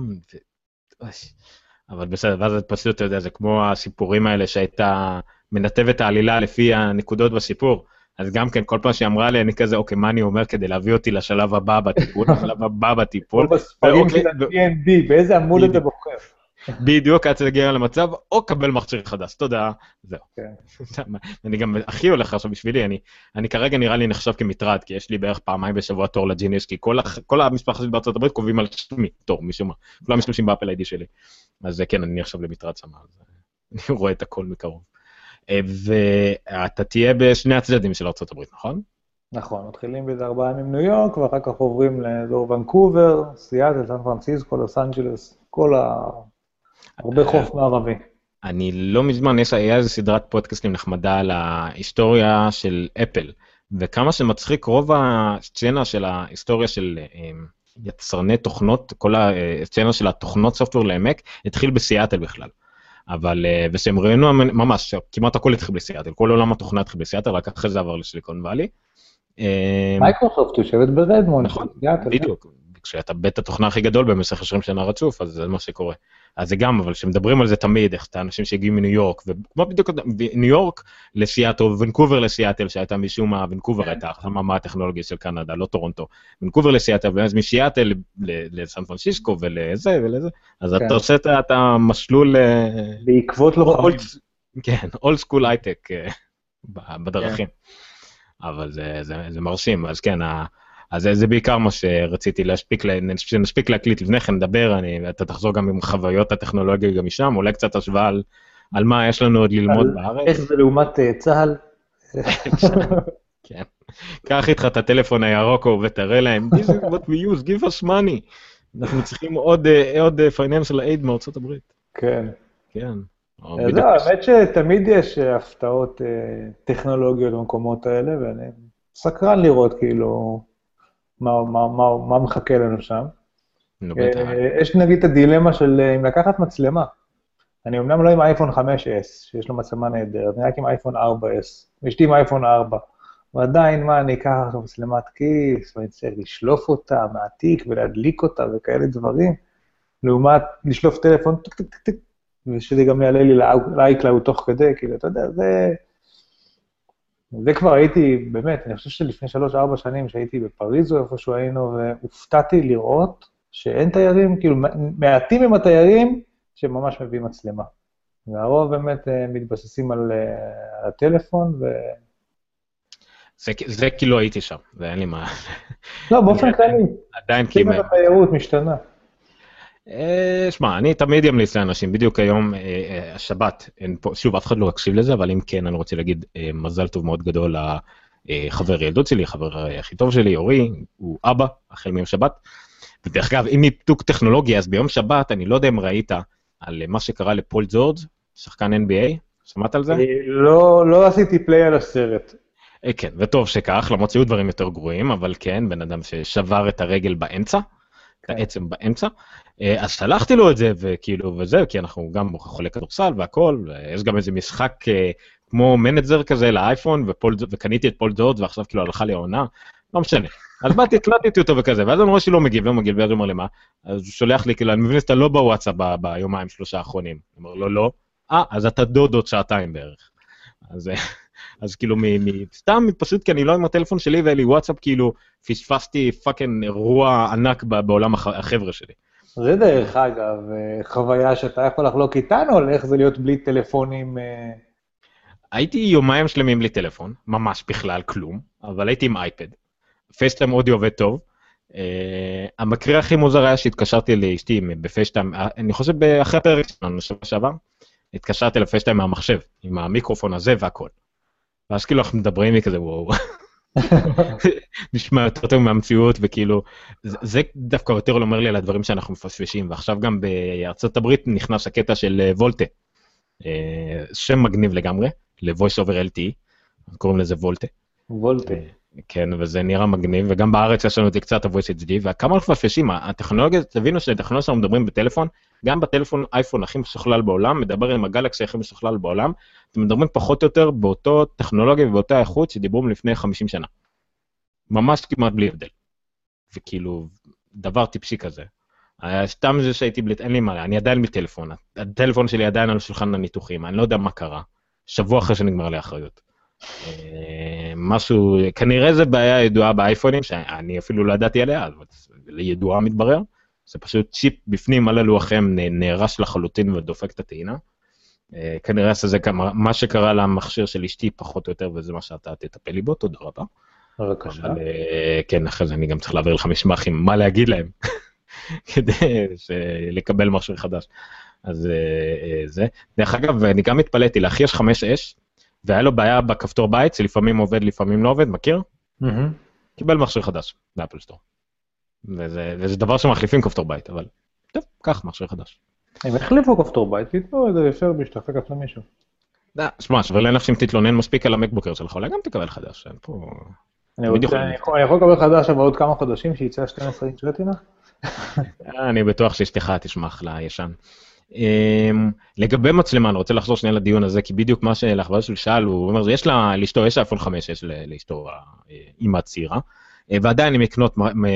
אבל בסדר, ואז את פשוט, אתה יודע, זה כמו הסיפורים האלה שהייתה מנתבת העלילה לפי הנקודות בסיפור. אז גם כן, כל פעם שהיא אמרה לי, אני כזה, אוקיי, מה אני אומר כדי להביא אותי לשלב הבא בטיפול, השלב הבא בטיפול.
או בספרים של ה-D&D, באיזה עמוד אתה בוחר.
בדיוק, עד להגיע למצב, או קבל מכשיר חדש, תודה, זהו. אני גם הכי הולך עכשיו בשבילי, אני כרגע נראה לי נחשב כמטרד, כי יש לי בערך פעמיים בשבוע תור לג'יניוס, כי כל המשפחה שלי בארצות הברית קובעים על שמי תור, משום מה, כולם משתמשים באפל איי-די שלי. אז כן, אני עכשיו למטרד שמה, אני רואה את הכל מקרוב. ואתה תהיה בשני הצדדים של ארצות הברית, נכון?
נכון, מתחילים באיזה 4 ימים ניו יורק, ואחר כך עוברים לאזור ונקובר, סיאטל, סן פרנסיסקו, לוס אנג'לס, הרבה חוף מערבי.
אני לא מזמן, היה איזו סדרת פודקאסטים נחמדה על ההיסטוריה של אפל, וכמה שמצחיק רוב הסצנה של ההיסטוריה של יצרני תוכנות, כל הסצנה של התוכנות סופטוור לעמק, התחיל בסיאטל בכלל. אבל, ושהם ראינו ממש, כמעט הכל התחיל בסיאטל, כל עולם התוכנה התחיל בסיאטל, רק אחרי זה עבר לסיליקון ואלי.
מייקרוסופט יושבת ברדמונד.
נכון, בדיוק. כשאתה בית התוכנה הכי גדול במשך 20 שנה רצוף, אז זה מה שקורה. אז זה גם, אבל כשמדברים על זה תמיד, איך את האנשים שהגיעו מניו יורק, וכמו בדיוק ניו יורק לסיאטל, ונקובר לסיאטל, שהייתה משום מה, ונקובר הייתה החממה הטכנולוגית של קנדה, לא טורונטו, ונקובר לסיאטל, ואז מסיאטל לסן פרנסיסקו ולזה ולזה, אז אתה עושה את המשלול...
בעקבות לוחמים.
כן, אולד סקול הייטק בדרכים. אבל זה מרשים, אז כן, אז זה בעיקר מה שרציתי שנספיק להקליט לפני כן, נדבר, אתה תחזור גם עם חוויות הטכנולוגיה גם משם, אולי קצת השוואה על מה יש לנו עוד ללמוד בארץ.
איך זה לעומת צהל?
כן, קח איתך את הטלפון הירוק ותראה להם, this is what we use, give us money. אנחנו צריכים עוד financial aid מארצות הברית.
כן.
כן.
האמת שתמיד יש הפתעות טכנולוגיות במקומות האלה, ואני סקרן לראות כאילו מה מחכה לנו שם. יש נגיד את הדילמה של אם לקחת מצלמה. אני אמנם לא עם אייפון 5S, שיש לו מצלמה נהדרת, אני רק עם אייפון 4S, ואשתי עם אייפון 4, ועדיין מה, אני אקח עכשיו מצלמת כיס, ואני צריך לשלוף אותה מהתיק ולהדליק אותה וכאלה דברים, לעומת לשלוף טלפון, טק טק טק טק, ושזה גם יעלה לי לאייקלאוד תוך כדי, כאילו, אתה יודע, זה כבר הייתי, באמת, אני חושב שלפני 3-4 שנים שהייתי בפריז או איפשהו היינו, והופתעתי לראות שאין תיירים, כאילו, מעטים עם התיירים שממש מביאים מצלמה. והרוב באמת מתבססים על הטלפון,
זה כאילו הייתי שם, ואין לי מה...
לא, באופן כללי.
עדיין כאילו...
התיירות משתנה.
שמע, אני תמיד אמליץ לאנשים, בדיוק היום, השבת, שוב, אף אחד לא יקשיב לזה, אבל אם כן, אני רוצה להגיד מזל טוב מאוד גדול לחבר ילדות שלי, חבר הכי טוב שלי, אורי, הוא אבא, החל מיום שבת, ודרך אגב, אם ניתוק טכנולוגיה, אז ביום שבת, אני לא יודע אם ראית על מה שקרה לפול ג'ורג', שחקן NBA, שמעת על זה?
לא עשיתי פליי על הסרט.
כן, וטוב שכך, למרות שהיו דברים יותר גרועים, אבל כן, בן אדם ששבר את הרגל באמצע, את העצם באמצע, אז שלחתי לו את זה, וכאילו, וזה, כי אנחנו גם חולי כדורסל והכל, ויש גם איזה משחק כמו מנג'ר כזה לאייפון, וקניתי את פול ג'ורג' ועכשיו כאילו הלכה לי העונה, לא משנה. אז באתי, הקלטתי אותו וכזה, ואז אני רואה שלא מגיב, ואז הוא אומר לי מה, אז הוא שולח לי, כאילו, אני מבין שאתה לא בוואטסאפ ביומיים 3 האחרונים. הוא אומר לו, לא, אז אתה דוד 2 שעות בערך. אז כאילו, סתם פשוט כי אני לא עם הטלפון שלי, ואלי וואטסאפ, כאילו, פספסתי פאקינג אירוע ענק בעולם החבר'ה שלי.
זה דרך אגב, חוויה שאתה יכול לחלוק איתנו, על איך זה להיות בלי טלפונים...
הייתי יומיים שלמים בלי טלפון, ממש בכלל כלום, אבל הייתי עם אייפד. פייסטיים אודיו עובד טוב. המקרה הכי מוזר היה שהתקשרתי לאשתי בפייסטיים, אני חושב אחרי הפרק שלנו, שבוע שעבר, התקשרתי לפייסטיים מהמחשב, עם המיקרופון הזה והכל. ואז כאילו אנחנו מדברים לי כזה, וואו. נשמע יותר טוב מהמציאות, וכאילו, זה דווקא יותר אומר לי על הדברים שאנחנו מפספשים, ועכשיו גם בארצות הברית נכנס הקטע של וולטה, שם מגניב לגמרי, ל-Voice over LTE, קוראים לזה וולטה.
וולטה.
כן, וזה נראה מגניב, וגם בארץ יש לנו את זה קצת ה-Voice HD, וכמה אנחנו מפספשים, הטכנולוגיה, תבינו שהטכנולוגיה שאנחנו מדברים בטלפון, גם בטלפון אייפון הכי משוכלל בעולם, מדבר עם הגלקסי הכי משוכלל בעולם, אתם מדברים פחות או יותר באותו טכנולוגיה ובאותה איכות שדיברו לפני 50 שנה. ממש כמעט בלי הבדל. וכאילו, דבר טיפשי כזה. סתם זה שהייתי בלי, אין לי מה, אני עדיין בטלפון, הטלפון שלי עדיין על שולחן הניתוחים, אני לא יודע מה קרה, שבוע אחרי שנגמר לי האחריות. משהו, כנראה זה בעיה ידועה באייפונים, שאני אפילו לא ידעתי עליה, אבל זה ידועה מתברר, זה פשוט צ'יפ בפנים על הלוחם נהרס לחלוטין ודופק את הטעינה. כנראה שזה מה שקרה למכשיר של אשתי פחות או יותר, וזה מה שאתה תטפל לי בו, תודה רבה.
בבקשה.
כן, אחרי זה אני גם צריך להעביר לך מסמך עם מה להגיד להם, כדי לקבל מכשיר חדש. אז זה. דרך אגב, אני גם התפלאתי, לאחי יש 5S, והיה לו בעיה בכפתור בית, שלפעמים עובד, לפעמים לא עובד, מכיר? קיבל מכשיר חדש, באפל סטור. וזה דבר שמחליפים כפתור בית, אבל טוב, קח מכשיר חדש.
הם החליפו כפתור בית, תתנו את זה ישר בשתחקת למישהו.
שמע, שווה לנפש אם תתלונן מספיק על המקבוקר שלך, אולי גם תקבל חדש.
אני יכול לקבל חדש אבל עוד כמה חודשים שיצא 12 אינץ' רטינה?
אני בטוח שאשתך תשמח לישן. לגבי מצלמה, אני רוצה לחזור שנייה לדיון הזה, כי בדיוק מה שלחבר של שאל, הוא אומר, יש לאשתו, יש אייפון 5, יש לאשתו אימא צעירה, ועדיין אם יקנות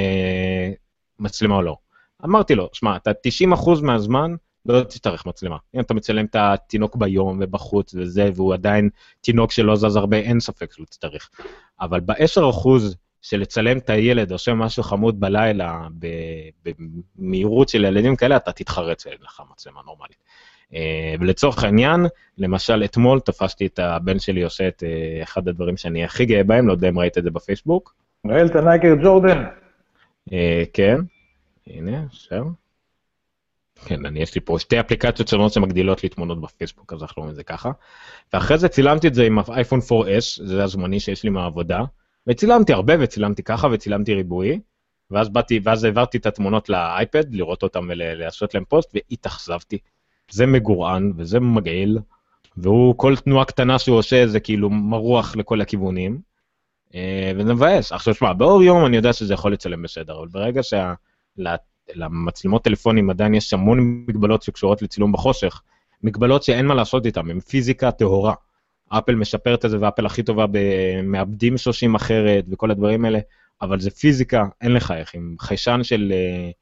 מצלמה או לא. אמרתי לו, שמע, אתה 90% מהזמן לא תצטרך מצלמה. אם אתה מצלם את התינוק ביום ובחוץ וזה, והוא עדיין תינוק שלא זז הרבה, אין ספק שהוא תצטרך. אבל ב10% של לצלם את הילד או שם משהו חמוד בלילה, במהירות של ילדים כאלה, אתה תתחרץ לך מצלמה נורמלית. ולצורך העניין, למשל אתמול תפסתי את הבן שלי עושה את אחד הדברים שאני הכי גאה בהם, לא יודע אם ראית את זה בפייסבוק.
ראיל את הנייקר ג'ורדן.
כן, הנה, אפשר. כן, יש לי פה שתי אפליקציות שונות שמגדילות לי תמונות בפייסבוק, אז אנחנו רואים את זה ככה. ואחרי זה צילמתי את זה עם האייפון 4S, זה הזמני שיש לי מהעבודה, וצילמתי הרבה וצילמתי ככה וצילמתי ריבועי, ואז העברתי את התמונות לאייפד, לראות אותם ולעשות להם פוסט, והתאכזבתי. זה מגורען וזה מגעיל, והוא כל תנועה קטנה שהוא עושה זה כאילו מרוח לכל הכיוונים, וזה מבאס. עכשיו שמע, באור יום אני יודע שזה יכול לצלם בסדר, אבל ברגע למצלמות טלפונים עדיין יש המון מגבלות שקשורות לצילום בחושך, מגבלות שאין מה לעשות איתן, הן פיזיקה טהורה. אפל משפרת את זה, ואפל הכי טובה במעבדים שושים אחרת, וכל הדברים האלה, אבל זה פיזיקה, אין לך איך, עם חיישן של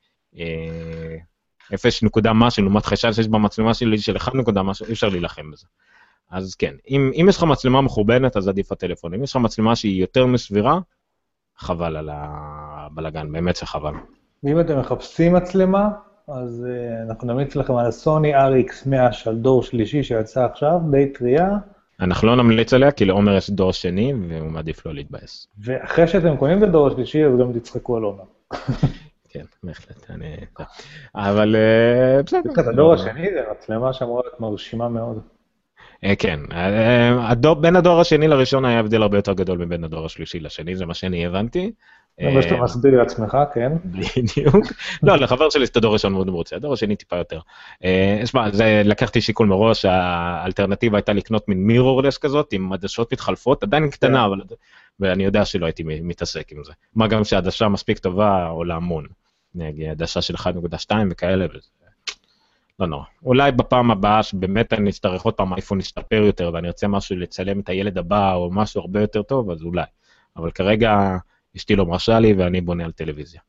0 נקודה משהו, לעומת חיישן שיש במצלמה שלי של 1 נקודה משהו, אי אפשר להילחם בזה. אז כן, אם יש לך מצלמה מחורבנת, אז עדיף הטלפון. אם יש לך מצלמה שהיא יותר מסבירה, חבל על הבלגן, באמת שחבל.
ואם אתם מחפשים מצלמה, אז אנחנו נמליץ לכם על הסוני RX100 של דור שלישי שיצא עכשיו, די טריה.
אנחנו לא נמליץ עליה, כי לעומר יש דור שני, והוא מעדיף לא להתבאס.
ואחרי שאתם קונים את הדור השלישי, אז גם תצחקו על עומר. כן,
בהחלט, אבל בסדר.
הדור השני זה מצלמה שאמורה להיות מרשימה מאוד.
כן, בין הדור השני לראשון היה הבדל הרבה יותר גדול מבין הדור השלישי לשני, זה מה שאני הבנתי.
זה מה שאתה מסביר לעצמך, כן.
בדיוק. לא, לחבר שלי את הדור ראשון מאוד מרוצה, הדור השני טיפה יותר. לקחתי שיקול מראש, האלטרנטיבה הייתה לקנות מין מירורלס כזאת, עם עדשות מתחלפות, עדיין קטנה, ואני יודע שלא הייתי מתעסק עם זה. מה גם שהעדשה מספיק טובה עולה המון. עדשה של 1.2 וכאלה, לא נורא. אולי בפעם הבאה שבאמת אני אצטרך עוד פעם אייפון ישתפר יותר, ואני רוצה משהו לצלם את הילד הבא, או משהו הרבה יותר טוב, אז אולי. אבל כרגע אשתי לא מרשה לי, ואני בונה על טלוויזיה.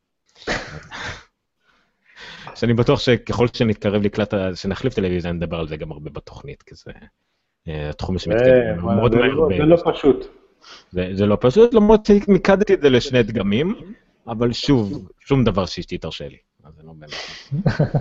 שאני בטוח שככל שנתקרב לקלט, שנחליף טלוויזיה, נדבר על זה גם הרבה בתוכנית, כי זה התחום שמתקדם מאוד מהר.
זה לא פשוט.
זה לא פשוט, למרות שמיקדתי את זה לשני דגמים, אבל שוב, שום דבר שאשתי תרשה לי. אז זה לא באמת.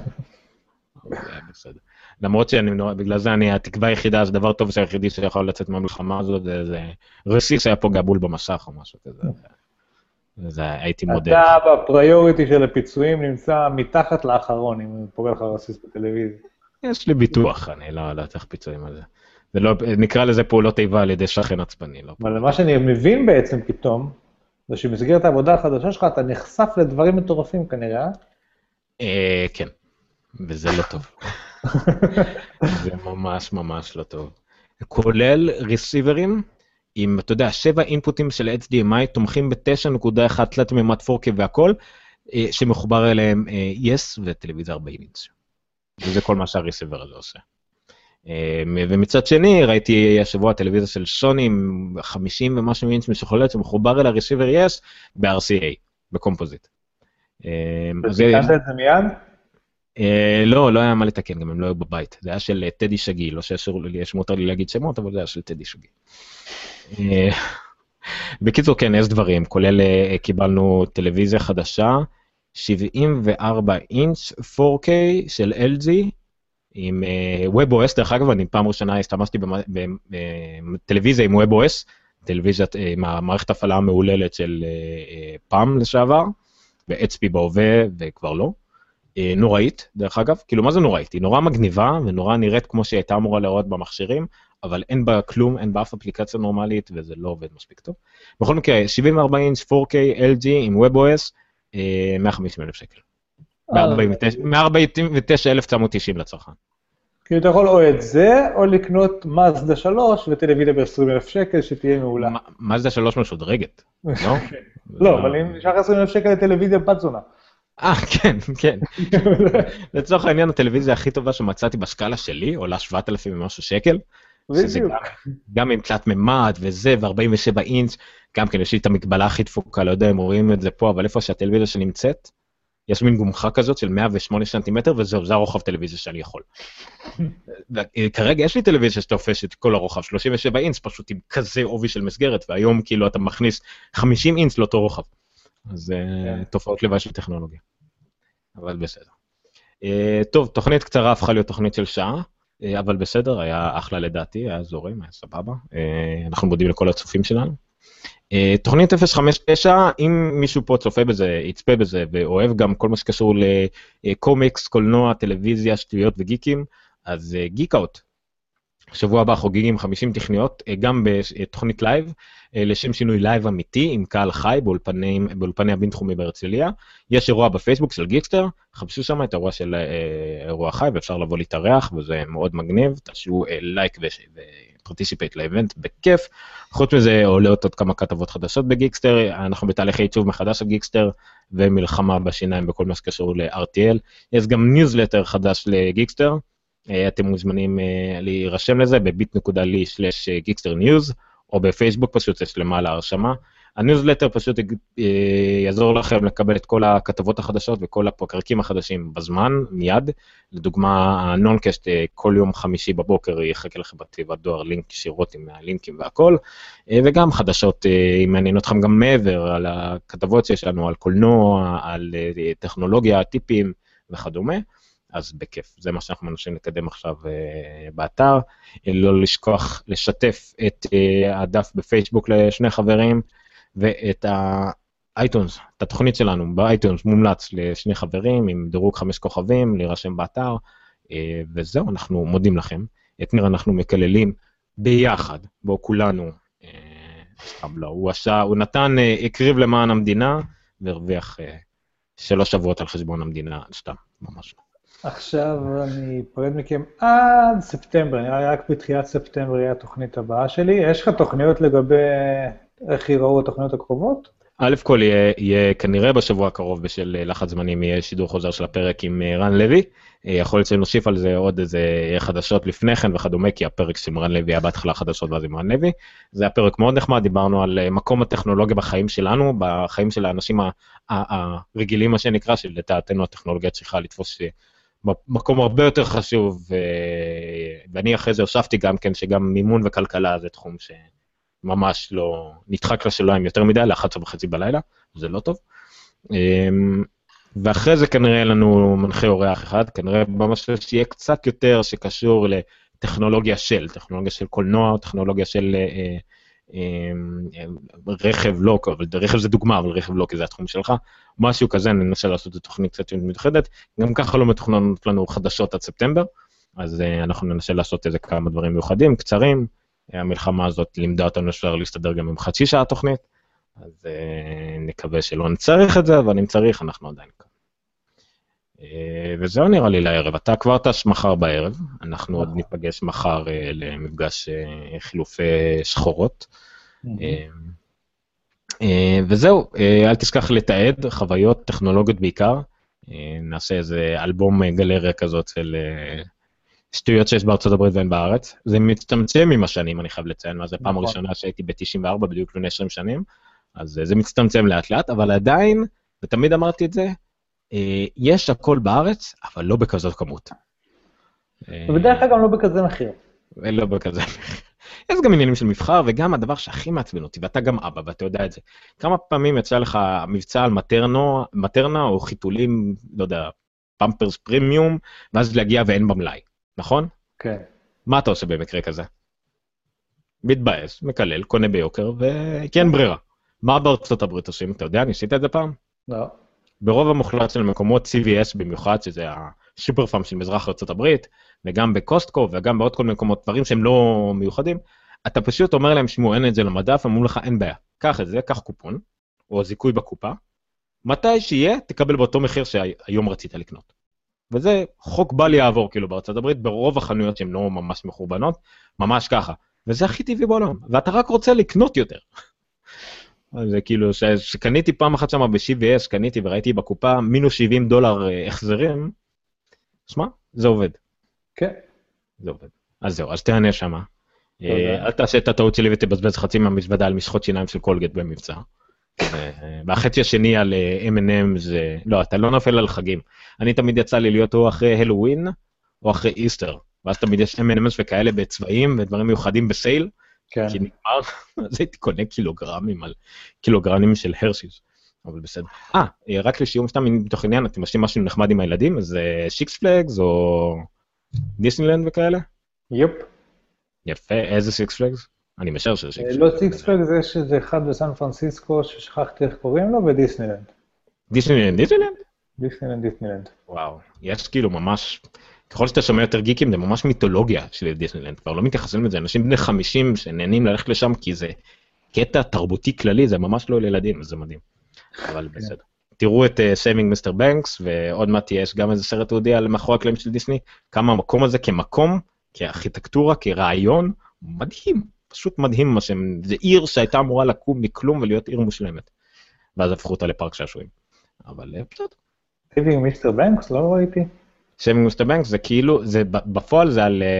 למרות שבגלל זה התקווה היחידה, זה דבר טוב שהיחידי שיכול לצאת מהמלחמה הזאת, זה רסיס היה פה גבול במסך או משהו כזה. זה הייתי מודד.
אתה בפריוריטי של הפיצויים נמצא מתחת לאחרון, אם פוגע לך רסיס בטלוויזיה.
יש לי ביטוח, אני לא צריך פיצויים על זה. נקרא לזה פעולות איבה על ידי שכן עצבני.
אבל מה שאני מבין בעצם פתאום, זה שבמסגרת העבודה החדשה שלך, אתה נחשף לדברים מטורפים כנראה.
כן, וזה לא טוב. זה ממש ממש לא טוב. כולל רסיברים, עם, אתה יודע, 7 אינפוטים של HDMI, תומכים ב9.1 תלת מימד 4K והכל, שמחובר אליהם yes וטלוויזיה 40 אינץ'. וזה כל מה שהרסיבר הזה עושה. ומצד שני, ראיתי השבוע טלוויזיה של סוני, עם 50 ומשהו אינץ' משוכללת, שמחובר אל הרסיבר yes ב-RCA, בקומפוזיט.
ותיקנת את זה מיד?
לא היה מה לתקן, גם הם לא היו בבית. זה היה של טדי שגיא, לא שמותר לי להגיד שמות, אבל זה היה של טדי שגיא. בקיצור, כן, יש דברים, כולל קיבלנו טלוויזיה חדשה, 74 אינץ' 4K של LG, עם WebOS, דרך אגב, אני פעם ראשונה השתמשתי בטלוויזיה עם WebOS, טלוויזיה עם המערכת הפעלה המעוללת של פעם לשעבר, ו-HP בהווה וכבר לא. נוראית, דרך אגב, כאילו מה זה נוראית? היא נורא מגניבה ונורא נראית כמו שהיא הייתה אמורה לראות במכשירים, אבל אין בה כלום, אין באף אפליקציה נורמלית וזה לא עובד מספיק טוב. בכל מקרה, 74 אינץ' 4K LG עם WebOS, 150,000 שקל. 149,990 לצרכן.
כי אתה יכול או את זה, או לקנות מזדה 3 וטלוויזיה ב-20,000 שקל שתהיה מעולה.
מזדה 3 משודרגת, לא?
לא, אבל אם נשאר 20,000 שקל לטלוויזיה בת זונה.
כן, כן. לצורך העניין הטלוויזיה הכי טובה שמצאתי בסקאלה שלי, עולה 7,000 ומשהו שקל.
בדיוק.
גם עם תלת ממד וזה, ו-47 אינץ', גם כן יש לי את המגבלה הכי דפוקה, לא יודע אם רואים את זה פה, אבל איפה שהטלוויזיה שנמצאת, יש מין גומחה כזאת של 108 סנטימטר, וזהו, זה הרוחב טלוויזיה שאני יכול. כרגע יש לי טלוויזיה שתופשת את כל הרוחב, 37 אינץ', פשוט עם כזה עובי של מסגרת, והיום כאילו אתה מכניס 50 אינץ' לאותו רוחב. אז תופעות לוואי של טכנולוגיה. אבל בסדר. טוב, תוכנית קצרה הפכה להיות תוכנית של שעה, אבל בסדר, היה אחלה לדעתי, היה זורם, היה סבבה. אנחנו מודים לכל הצופים שלנו. תוכנית 059, אם מישהו פה צופה בזה, יצפה בזה, ואוהב גם כל מה שקשור לקומיקס, קולנוע, טלוויזיה, שטויות וגיקים, אז גיקאוט. שבוע הבא חוגגים 50 תכניות, גם בתוכנית לייב, לשם שינוי לייב אמיתי, עם קהל חי באולפני הבינתחומי בהרצליה. יש אירוע בפייסבוק של גיקסטר, חפשו שם את האירוע של אירוע חי, ואפשר לבוא להתארח, וזה מאוד מגניב, תעשו לייק ופרטיסיפייט לאיבנט בכיף. חוץ מזה עולות עוד כמה כתבות חדשות בגיקסטר, אנחנו בתהליכי עיצוב מחדש של גיקסטר, ומלחמה בשיניים בכל מה שקשור ל-RTL. יש גם ניוזלטר חדש לגיקסטר, אתם מוזמנים להירשם לזה bit.ly/geeksternews, או בפייסבוק פשוט יש למעלה הרשמה. הניוזלטר פשוט יעזור לכם לקבל את כל הכתבות החדשות וכל הפרקים החדשים בזמן, מיד. לדוגמה, הנונקאסט כל יום חמישי בבוקר יחכה לכם בתיבת דואר לינק ישירות עם הלינקים והכל, וגם חדשות, אם מעניין אתכם גם מעבר על הכתבות שיש לנו, על קולנוע, על טכנולוגיה, טיפים וכדומה. אז בכיף, זה מה שאנחנו מנסים לקדם עכשיו באתר, לא לשכוח לשתף את הדף בפייסבוק לשני חברים, ואת האייטונס, את התוכנית שלנו באייטונס מומלץ לשני חברים, עם דירוג 5 כוכבים, להירשם באתר, וזהו, אנחנו מודים לכם, את ניר אנחנו מקללים ביחד, בו כולנו, סתם לא, הוא נתן, הקריב למען המדינה, והרוויח 3 שבועות על חשבון המדינה, סתם, ממש לא.
עכשיו אני פרד מכם עד ספטמבר, נראה לי רק בתחילת ספטמבר יהיה התוכנית הבאה שלי. יש לך תוכניות לגבי איך ייראו התוכניות הקרובות?
א' כל יהיה כנראה בשבוע הקרוב בשל לחץ זמנים, יהיה שידור חוזר של הפרק עם רן לוי, יכול להיות שנוסיף על זה עוד איזה חדשות לפני כן וכדומה, כי הפרק של רן לוי היה בהתחלה חדשות ואז עם רן לוי, זה הפרק מאוד נחמד, דיברנו על מקום הטכנולוגיה בחיים שלנו, בחיים של האנשים הרגילים מה שנקרא, שלדעתנו הטכנולוגיה צריכה לתפוס מקום הרבה יותר חשוב, ואני אחרי זה הוספתי גם כן, שגם מימון וכלכלה זה תחום שממש לא נדחק לשוליים יותר מדי, ל-11:30 בלילה, זה לא טוב. ואחרי זה כנראה לנו מנחה אורח אחד, כנראה ממש שיהיה קצת יותר שקשור לטכנולוגיה של קולנוע, טכנולוגיה של רכב לא, אבל רכב זה דוגמה, אבל רכב לא, כי זה התחום שלך, משהו כזה, ננסה לעשות את תוכנית קצת מיוחדת, גם ככה לא מתוכננות לנו חדשות עד ספטמבר, אז אנחנו ננסה לעשות איזה כמה דברים מיוחדים, קצרים, המלחמה הזאת לימדה אותנו שאפשר להסתדר גם עם חצי שעה תוכנית, אז נקווה שלא נצטרך את זה, אבל אם צריך, אנחנו עדיין כאן. וזהו נראה לי לערב, אתה כבר תש מחר בערב, אנחנו עוד ניפגש מחר למפגש חילופי שחורות, וזהו, אל תשכח לתעד, חוויות טכנולוגיות בעיקר, נעשה איזה אלבום גלריה כזאת של שטויות שיש בארצות הברית ואין בארץ, זה מצטמצם עם השנים, אני חייב לציין, מה זה פעם ראשונה שהייתי ב-94, בדיוק לפני 20 שנים, אז זה מצטמצם לאט לאט, אבל עדיין, ותמיד אמרתי את זה, יש הכל בארץ, אבל לא בכזאת כמות.
ובדרך כלל גם לא בכזה מחיר.
לא בכזה מחיר. יש גם עניינים של מבחר, וגם הדבר שהכי מעצבן אותי, ואתה גם אבא, ואתה יודע את זה. כמה פעמים יצא לך מבצע על מטרנה, או חיתולים, לא יודע, פמפרס פרימיום, ואז להגיע ואין במלאי, נכון?
כן.
מה אתה עושה במקרה כזה? מתבאס, מקלל, קונה ביוקר, וכי אין ברירה. מה בארצות הברית עושים? אתה יודע, ניסית את זה פעם?
לא.
ברוב המוחלט של מקומות CVS במיוחד, שזה הסופר פארם של מזרח ארצות הברית, וגם בקוסטקו, וגם בעוד כל מיני מקומות, דברים שהם לא מיוחדים, אתה פשוט אומר להם, שמעו, אין את זה למדף, אמרו לך, אין בעיה. קח את זה, קח קופון, או זיכוי בקופה, מתי שיהיה, תקבל באותו מחיר שהיום רצית לקנות. וזה חוק בל יעבור, כאילו, בארצות הברית, ברוב החנויות שהן לא ממש מחורבנות, ממש ככה. וזה הכי טבעי בעולם, ואתה רק רוצה לקנות יותר. זה כאילו, שקניתי פעם אחת שם ב-CVS, קניתי וראיתי בקופה מינוס $70 החזרים, שמע, זה עובד.
כן.
זה עובד. אז זהו, אז תהנה שם. אל תעשה את הטעות שלי ותבזבז חצי מהמזוודה על משחות שיניים של קולגט במבצע. והחצי השני על M&M זה, לא, אתה לא נופל על חגים. אני תמיד יצא לי להיות או אחרי הלווין, או אחרי איסטר. ואז תמיד יש M&M's וכאלה בצבעים ודברים מיוחדים בסייל.
כן.
כי נגמר, אז הייתי קונה קילוגרמים על קילוגרמים של הרשיז. אבל בסדר. רק לשיום סתם בתוך עניין, אתם עושים משהו נחמד עם הילדים, אז שיקס פלגס או דיסנילנד וכאלה?
יופ.
יפה, איזה שיקס פלגס? אני משער שזה שיקס פלגס.
לא שיקס פלגס, יש איזה אחד בסן פרנסיסקו ששכחתי איך קוראים לו, ודיסנילנד.
דיסנילנד?
דיסנילנד.
וואו, יש כאילו ממש, ככל שאתה שומע יותר גיקים, זה ממש מיתולוגיה של דיסנילנד, כבר לא מתייחסים לזה, אנשים בני 50 שנהנים ללכת לשם, כי זה קטע תרבותי כללי, זה ממש לא לילדים, אז זה מדהים. אבל בסדר. תראו את Saving Mr. Banks, ועוד מעט יש גם איזה סרט תיעודי על מאחורי הקלעים של דיסני, כמה המקום הזה כמקום, כארכיטקטורה, כרעיון, מדהים, פשוט מדהים מה שהם, זה עיר שהייתה אמורה לקום מכלום ולהיות עיר מושלמת, ואז הפכו אותה לפארק שעשועים. אבל בסדר.
Saving Mr. Banks? לא ראיתי.
Saving Mr. Banks זה כאילו, בפועל זה על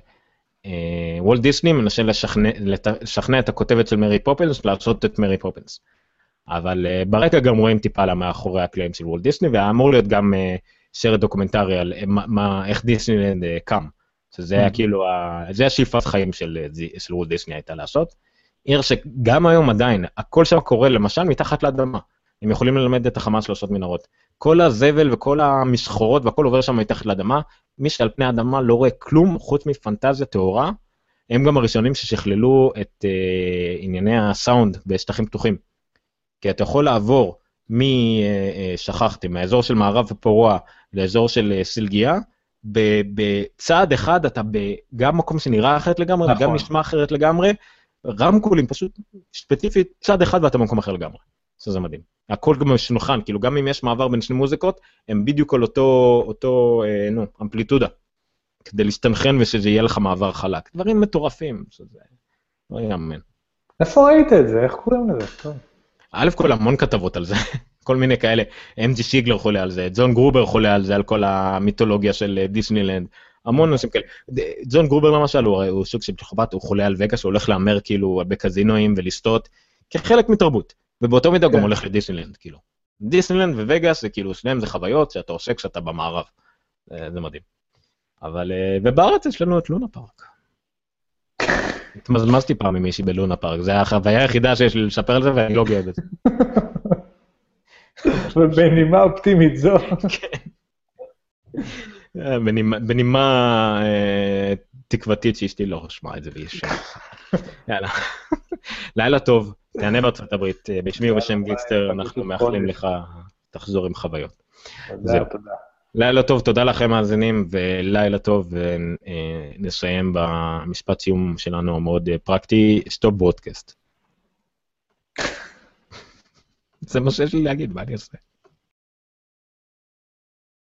וולט דיסני מנסה לשכנע את הכותבת של מרי פופינס, לעשות את מרי פופינס. אבל ברקע גם רואים טיפה על מאחורי הקלעים של וולט דיסני, ואמור להיות גם סרט דוקומנטרי על איך דיסנילנד קם. שזה היה כאילו, זה השאיפת חיים של וולט דיסני הייתה לעשות. עיר שגם היום עדיין, הכל שם קורה למשל מתחת לאדמה. הם יכולים ללמד את החמאס לעשות מנהרות. כל הזבל וכל המשחורות והכל עובר שם מתחת לאדמה, מי שעל פני האדמה לא רואה כלום חוץ מפנטזיה טהורה, הם גם הראשונים ששכללו את ענייני הסאונד בשטחים פתוחים. כי אתה יכול לעבור שכחתי, מהאזור של מערב ופרוע לאזור של סילגיה, בצעד אחד אתה גם מקום שנראה אחרת לגמרי, נכון. וגם נשמע אחרת לגמרי, רמקולים פשוט ספציפית צעד אחד ואתה במקום אחר לגמרי. זה מדהים. הכל גם משנוכן, כאילו גם אם יש מעבר בין שני מוזיקות, הם בדיוק על אותו אמפליטודה, כדי להסתנכן ושזה יהיה לך מעבר חלק. דברים מטורפים, שזה לא יאמן.
איפה ראית את זה? איך קוראים לזה? טוב.
א' כל המון כתבות על זה, כל מיני כאלה, M.G. שיגלר חולה על זה, ג'ון גרובר חולה על זה, על כל המיתולוגיה של דיסנילנד, המון נושאים כאלה. ג'ון גרובר למשל, הוא סוג של פסיכופת, הוא חולה על וגאס, הוא הולך לאמר כאילו בקזינואים ולסטות, כחלק מתרבות, ובאותו מידה גם הולך לדיסנילנד, כאילו. דיסנילנד ווגאס זה כאילו, שניהם זה חוויות שאתה עושה כשאתה במערב, זה מדהים. אבל, ובארץ יש לנו את לונה פארק. התמזמזתי פעם עם מישהי בלונה פארק, זה החוויה היחידה שיש לי לשפר על זה, ואני לא גאה בזה.
ובנימה אופטימית זו.
בנימה תקוותית שאשתי לא שמעה את זה וישר. יאללה. לילה טוב, תענה בארצות הברית, בשמי ובשם גיקסטר, אנחנו מאחלים לך תחזור עם חוויות.
תודה, תודה.
לילה טוב, תודה לכם מאזינים, ולילה טוב, ונסיים במשפט סיום שלנו המאוד פרקטי, סטופ ברודקאסט. זה מה שיש לי להגיד, מה אני אעשה?